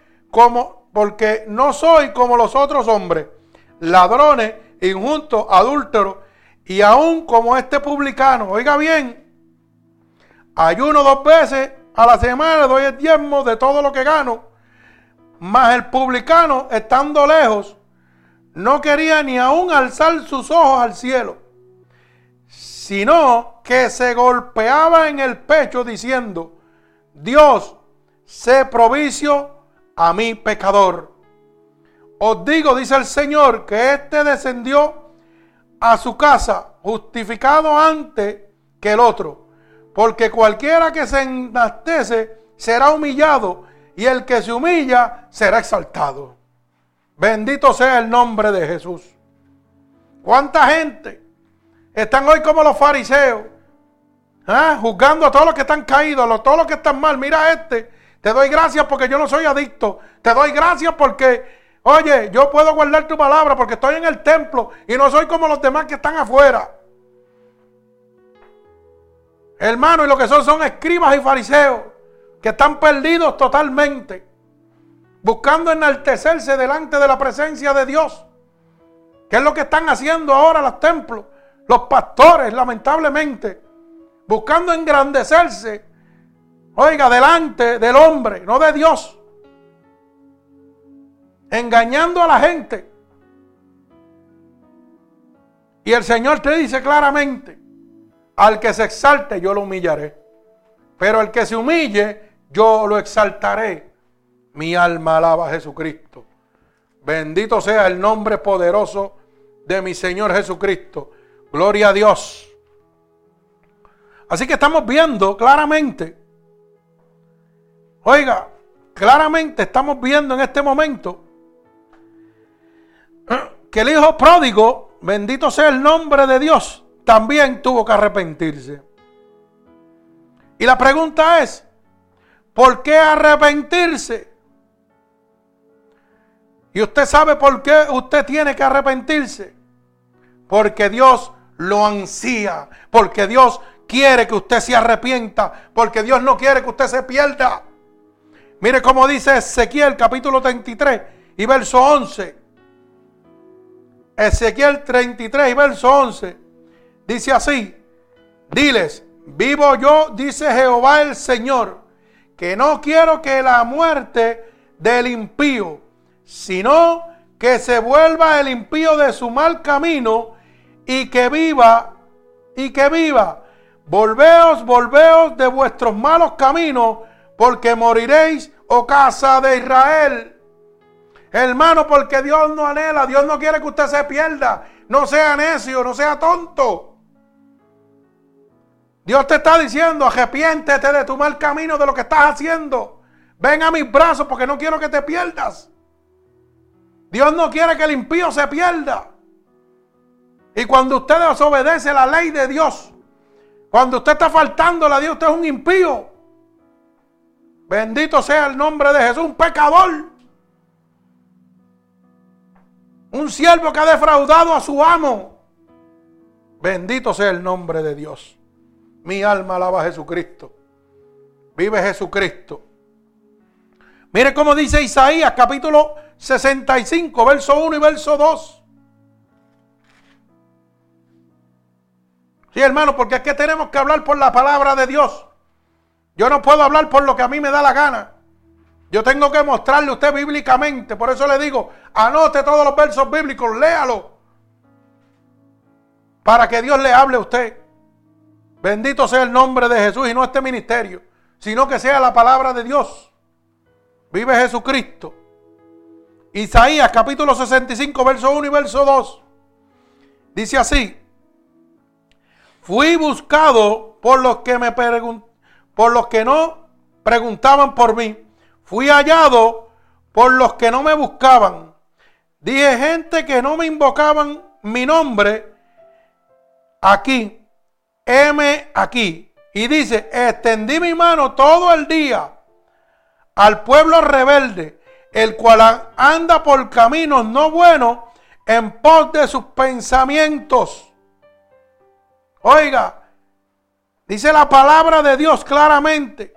no soy como los otros hombres, ladrones, injustos, adúlteros, y aún como este publicano. Oiga bien, ayuno 2 veces a la semana, doy el diezmo de todo lo que gano. Mas el publicano, estando lejos, no quería ni aún alzar sus ojos al cielo, sino que se golpeaba en el pecho diciendo: Dios, sé propicio a mi pecador. Os digo, dice el Señor, que éste descendió a su casa justificado antes que el otro. Porque cualquiera que se enaltece será humillado, y el que se humilla será exaltado. Bendito sea el nombre de Jesús. ¿Cuánta gente están hoy como los fariseos? Juzgando a todos los que están caídos, a todos los que están mal. Mira te doy gracias porque yo no soy adicto. Te doy gracias porque, oye, yo puedo guardar tu palabra porque estoy en el templo y no soy como los demás que están afuera. Hermano, y lo que son escribas y fariseos que están perdidos totalmente, buscando enaltecerse delante de la presencia de Dios. ¿Qué es lo que están haciendo ahora los templos? Los pastores, lamentablemente, buscando engrandecerse, oiga, delante del hombre, no de Dios, engañando a la gente. Y el Señor te dice claramente: al que se exalte yo lo humillaré, pero al que se humille yo lo exaltaré. Mi alma alaba a Jesucristo. Bendito sea el nombre poderoso de mi Señor Jesucristo. Gloria a Dios. Así que estamos viendo claramente, oiga, claramente estamos viendo en este momento que el hijo pródigo, bendito sea el nombre de Dios, también tuvo que arrepentirse. Y la pregunta es: ¿por qué arrepentirse? Y usted sabe por qué usted tiene que arrepentirse. Porque Dios lo ansía. Porque Dios quiere que usted se arrepienta. Porque Dios no quiere que usted se pierda. Mire cómo dice Ezequiel capítulo 33 y verso 11. Ezequiel 33 y verso 11. Dice así: diles, vivo yo, dice Jehová el Señor, que no quiero que la muerte del impío, sino que se vuelva el impío de su mal camino y que viva. Volveos de vuestros malos caminos, porque moriréis, oh casa de Israel. Hermano, porque Dios no anhela, Dios no quiere que usted se pierda. No sea necio, no sea tonto. Dios te está diciendo: arrepiéntete de tu mal camino, de lo que estás haciendo. Ven a mis brazos porque no quiero que te pierdas. Dios no quiere que el impío se pierda. Y cuando usted desobedece la ley de Dios, cuando usted está faltándole a Dios, usted es un impío. Bendito sea el nombre de Jesús, un pecador. Un siervo que ha defraudado a su amo. Bendito sea el nombre de Dios. Mi alma alaba a Jesucristo. Vive Jesucristo. Mire cómo dice Isaías capítulo 65, verso 1 y verso 2. Sí, hermano, porque es que tenemos que hablar por la palabra de Dios. Yo no puedo hablar por lo que a mí me da la gana. Yo tengo que mostrarle a usted bíblicamente. Por eso le digo, anote todos los versos bíblicos, léalo. Para que Dios le hable a usted. Bendito sea el nombre de Jesús y no este ministerio, sino que sea la palabra de Dios. Vive Jesucristo. Isaías capítulo 65, verso 1 y verso 2. Dice así: fui buscado por los que no preguntaban por mí. Fui hallado por los que no me buscaban. Dije, gente que no me invocaban mi nombre, aquí, heme aquí. Y dice, extendí mi mano todo el día al pueblo rebelde, el cual anda por caminos no buenos en pos de sus pensamientos. Oiga, dice la palabra de Dios claramente.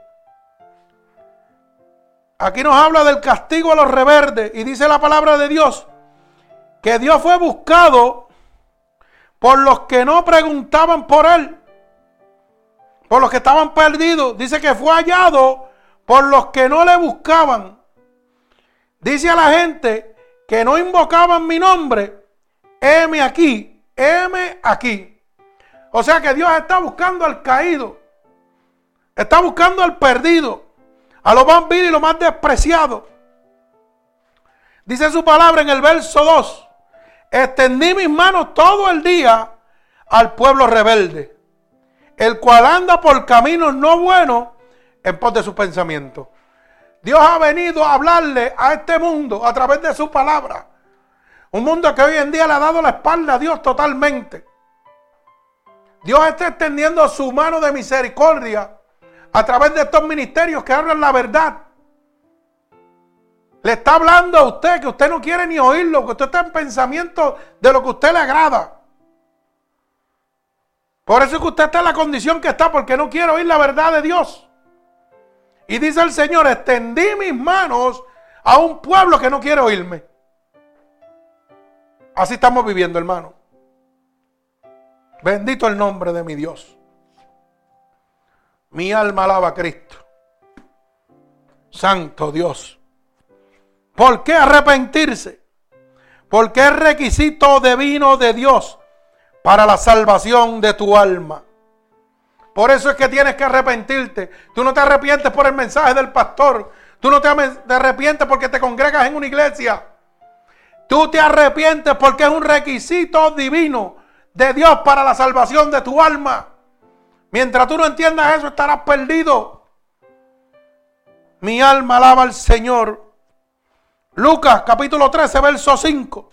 Aquí nos habla del castigo a los rebeldes y dice la palabra de Dios que Dios fue buscado por los que no preguntaban por él, por los que estaban perdidos. Dice que fue hallado por los que no le buscaban. Dice a la gente que no invocaban mi nombre, heme aquí, heme aquí. O sea que Dios está buscando al caído, está buscando al perdido, a lo más vil y lo más despreciado. Dice su palabra en el verso 2, extendí mis manos todo el día al pueblo rebelde, el cual anda por caminos no buenos en pos de sus pensamientos. Dios ha venido a hablarle a este mundo a través de su palabra. Un mundo que hoy en día le ha dado la espalda a Dios totalmente. Dios está extendiendo su mano de misericordia a través de estos ministerios que hablan la verdad. Le está hablando a usted que usted no quiere ni oírlo, que usted está en pensamiento de lo que a usted le agrada. Por eso es que usted está en la condición que está, porque no quiere oír la verdad de Dios. Y dice el Señor, extendí mis manos a un pueblo que no quiere oírme. Así estamos viviendo, hermano. Bendito el nombre de mi Dios. Mi alma alaba a Cristo. Santo Dios. ¿Por qué arrepentirse? Porque es requisito divino de Dios para la salvación de tu alma. Por eso es que tienes que arrepentirte. Tú no te arrepientes por el mensaje del pastor. Tú no te arrepientes porque te congregas en una iglesia. Tú te arrepientes porque es un requisito divino de Dios para la salvación de tu alma. Mientras tú no entiendas eso, estarás perdido. Mi alma alaba al Señor. Lucas capítulo 13, verso 5.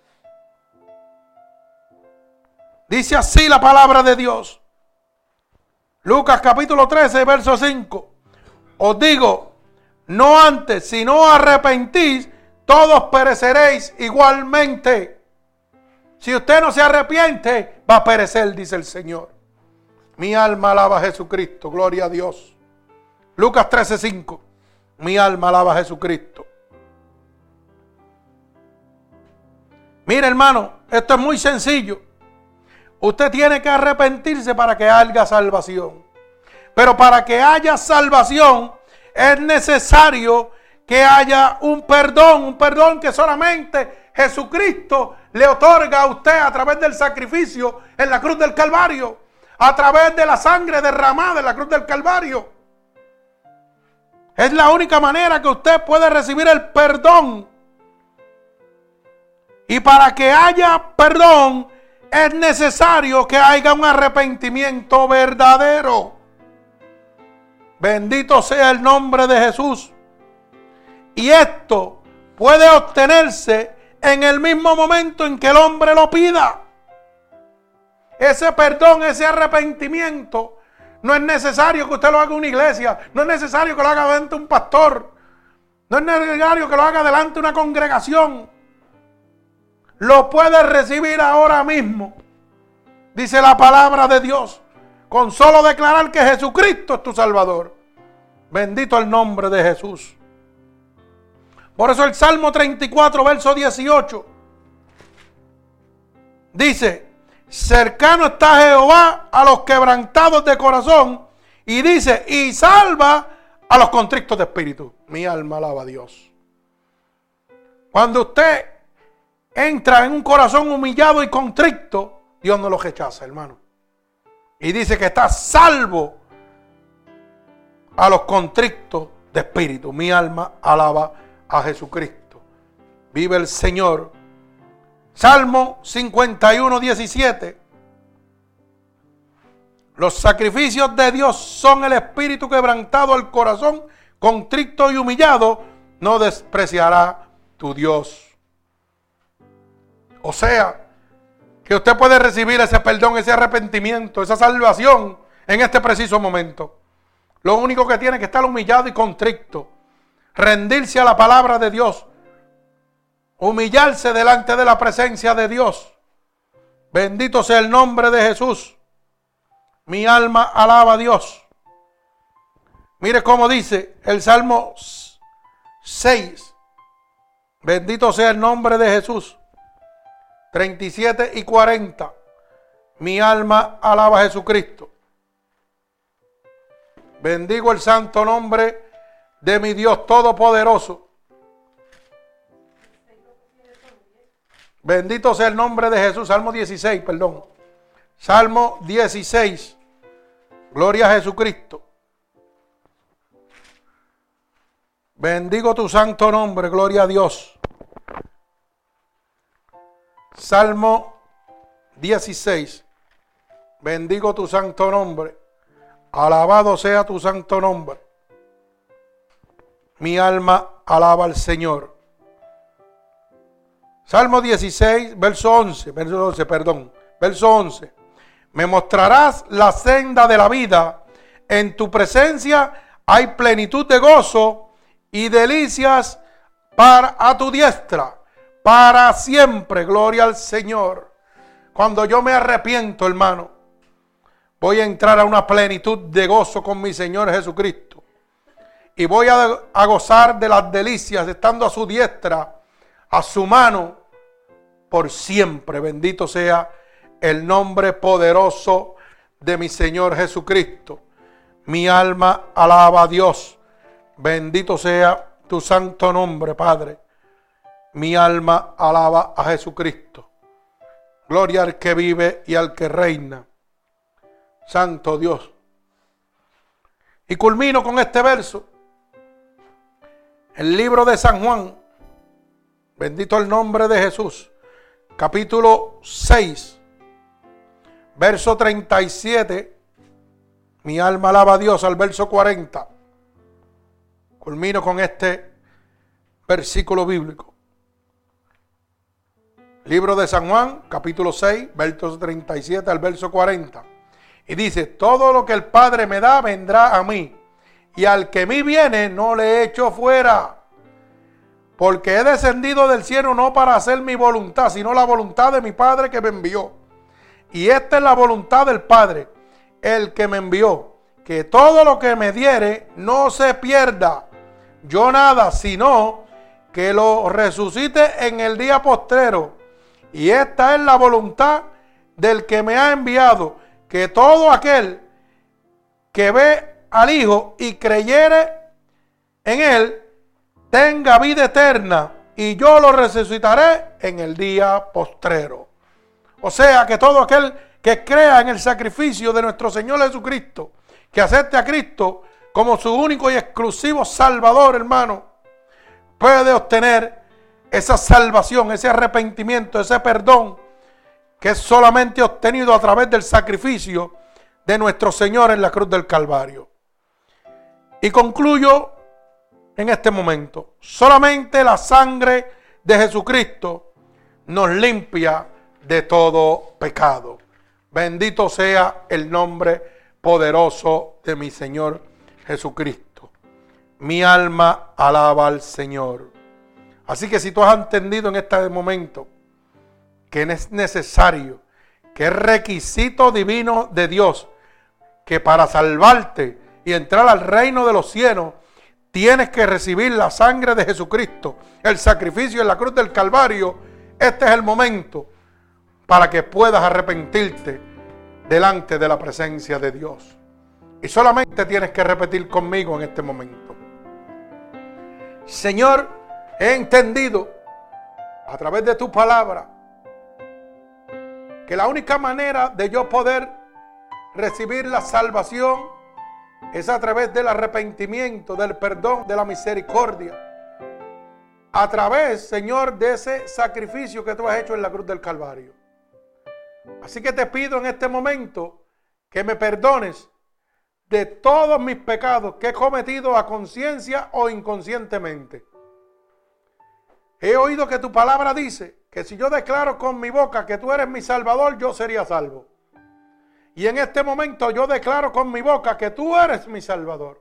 Dice así la palabra de Dios. Lucas capítulo 13, verso 5. Os digo, no antes, si no arrepentís, todos pereceréis igualmente. Si usted no se arrepiente, va a perecer, dice el Señor. Mi alma alaba a Jesucristo, gloria a Dios. Lucas 13, 5. Mi alma alaba a Jesucristo. Mire, hermano, esto es muy sencillo. Usted tiene que arrepentirse para que haya salvación. Pero para que haya salvación es necesario que haya un perdón que solamente Jesucristo le otorga a usted a través del sacrificio en la cruz del Calvario, a través de la sangre derramada en la cruz del Calvario. Es la única manera que usted puede recibir el perdón. Y para que haya perdón es necesario que haya un arrepentimiento verdadero. Bendito sea el nombre de Jesús. Y esto puede obtenerse en el mismo momento en que el hombre lo pida. Ese perdón, ese arrepentimiento, no es necesario que usted lo haga en una iglesia, no es necesario que lo haga delante de un pastor, no es necesario que lo haga delante de una congregación. Lo puede recibir ahora mismo, dice la palabra de Dios, con solo declarar que Jesucristo es tu Salvador. Bendito el nombre de Jesús. Por eso el Salmo 34, verso 18, dice: cercano está Jehová a los quebrantados de corazón, y dice, y salva a los contritos de espíritu. Mi alma alaba a Dios. Cuando usted entra en un corazón humillado y contrito, Dios no lo rechaza, hermano. Y dice que está salvo a los contritos de espíritu. Mi alma alaba a Jesucristo. Vive el Señor. Salmo 51, 17. Los sacrificios de Dios son el espíritu quebrantado, al corazón contrito y humillado no despreciará tu Dios. O sea, que usted puede recibir ese perdón, ese arrepentimiento, esa salvación en este preciso momento. Lo único que tiene que estar humillado y contrito, rendirse a la palabra de Dios, humillarse delante de la presencia de Dios. Bendito sea el nombre de Jesús. Mi alma alaba a Dios. Mire cómo dice el Salmo 6. Bendito sea el nombre de Jesús. 37 y 40. Mi alma alaba a Jesucristo. Bendigo el santo nombre de mi Dios Todopoderoso. Bendito sea el nombre de Jesús. Salmo 16, perdón. Salmo 16. Gloria a Jesucristo. Bendigo tu santo nombre. Gloria a Dios. Salmo 16. Bendigo tu santo nombre. Alabado sea tu santo nombre. Mi alma alaba al Señor. Salmo 16, verso 11. Verso 11. Me mostrarás la senda de la vida. En tu presencia hay plenitud de gozo y delicias a tu diestra. Para siempre, gloria al Señor. Cuando yo me arrepiento, hermano, voy a entrar a una plenitud de gozo con mi Señor Jesucristo. Y voy a gozar de las delicias, estando a su diestra, a su mano, por siempre. Bendito sea el nombre poderoso de mi Señor Jesucristo. Mi alma alaba a Dios. Bendito sea tu santo nombre, Padre. Mi alma alaba a Jesucristo. Gloria al que vive y al que reina. Santo Dios. Y culmino con este verso. El libro de San Juan. Bendito el nombre de Jesús. Capítulo 6. Verso 37. Mi alma alaba a Dios, al verso 40. Culmino con este versículo bíblico. Libro de San Juan, capítulo 6, versos 37 al verso 40. Y dice: todo lo que el Padre me da vendrá a mí, y al que a mí viene no le echo fuera. Porque he descendido del cielo no para hacer mi voluntad, sino la voluntad de mi Padre que me envió. Y esta es la voluntad del Padre, el que me envió, que todo lo que me diere no se pierda yo nada, sino que lo resucite en el día postrero. Y esta es la voluntad del que me ha enviado, que todo aquel que ve al Hijo y creyere en Él, tenga vida eterna, y yo lo resucitaré en el día postrero. O sea, que todo aquel que crea en el sacrificio de nuestro Señor Jesucristo, que acepte a Cristo como su único y exclusivo Salvador, hermano, puede obtener esa salvación, ese arrepentimiento, ese perdón que es solamente obtenido a través del sacrificio de nuestro Señor en la cruz del Calvario. Y concluyo en este momento. Solamente la sangre de Jesucristo nos limpia de todo pecado. Bendito sea el nombre poderoso de mi Señor Jesucristo. Mi alma alaba al Señor. Así que si tú has entendido en este momento que es necesario, que es requisito divino de Dios, que para salvarte y entrar al reino de los cielos, tienes que recibir la sangre de Jesucristo, el sacrificio en la cruz del Calvario. Este es el momento para que puedas arrepentirte delante de la presencia de Dios. Y solamente tienes que repetir conmigo en este momento: Señor, he entendido a través de tu palabra que la única manera de yo poder recibir la salvación es a través del arrepentimiento, del perdón, de la misericordia. A través, Señor, de ese sacrificio que tú has hecho en la cruz del Calvario. Así que te pido en este momento que me perdones de todos mis pecados que he cometido a conciencia o inconscientemente. He oído que tu palabra dice que si yo declaro con mi boca que tú eres mi Salvador, yo sería salvo. Y en este momento yo declaro con mi boca que tú eres mi Salvador.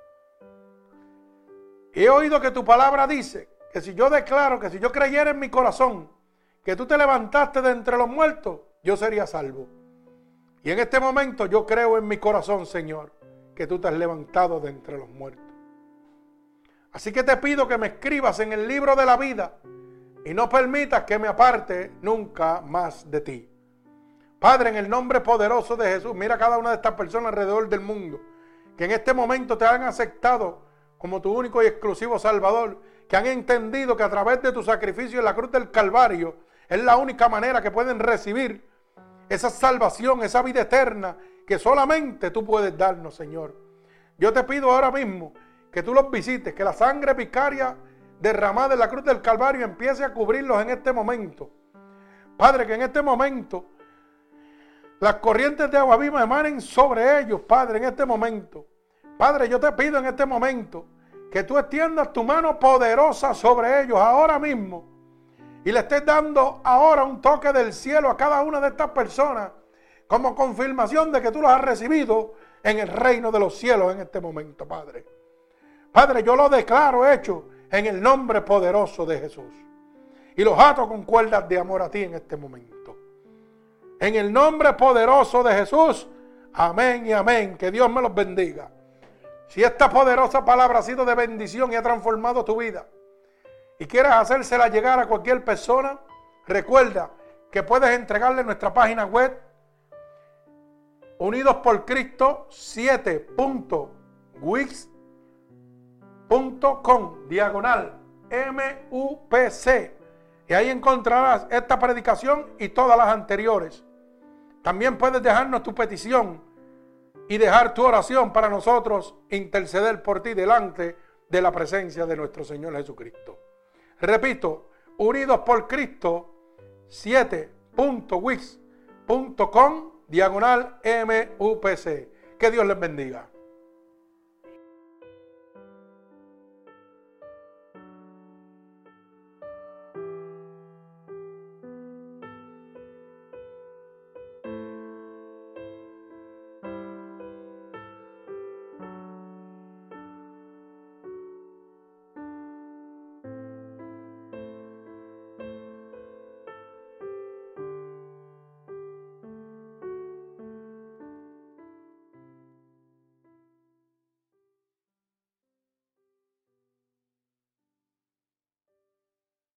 He oído que tu palabra dice que si yo declaro, que si yo creyera en mi corazón que tú te levantaste de entre los muertos, yo sería salvo. Y en este momento yo creo en mi corazón, Señor, que tú te has levantado de entre los muertos. Así que te pido que me escribas en el libro de la vida y no permitas que me aparte nunca más de ti. Padre, en el nombre poderoso de Jesús, mira a cada una de estas personas alrededor del mundo que en este momento te han aceptado como tu único y exclusivo Salvador, que han entendido que a través de tu sacrificio en la cruz del Calvario es la única manera que pueden recibir esa salvación, esa vida eterna que solamente tú puedes darnos, Señor. Yo te pido ahora mismo que tú los visites, que la sangre vicaria derramada en la cruz del Calvario empiece a cubrirlos en este momento. Padre, que en este momento las corrientes de agua viva emanen sobre ellos, Padre, en este momento. Padre, yo te pido en este momento que tú extiendas tu mano poderosa sobre ellos ahora mismo y le estés dando ahora un toque del cielo a cada una de estas personas como confirmación de que tú los has recibido en el reino de los cielos en este momento, Padre. Padre, yo lo declaro hecho en el nombre poderoso de Jesús y los ato con cuerdas de amor a ti en este momento. En el nombre poderoso de Jesús, amén y amén. Que Dios me los bendiga. Si esta poderosa palabra ha sido de bendición y ha transformado tu vida y quieres hacérsela llegar a cualquier persona, recuerda que puedes entregarle nuestra página web unidosporcristo 7.wix.com/MUPC y ahí encontrarás esta predicación y todas las anteriores. También puedes dejarnos tu petición y dejar tu oración para nosotros interceder por ti delante de la presencia de nuestro Señor Jesucristo. Repito, unidosporcristo 7.wix.com/MUPC. Que Dios les bendiga.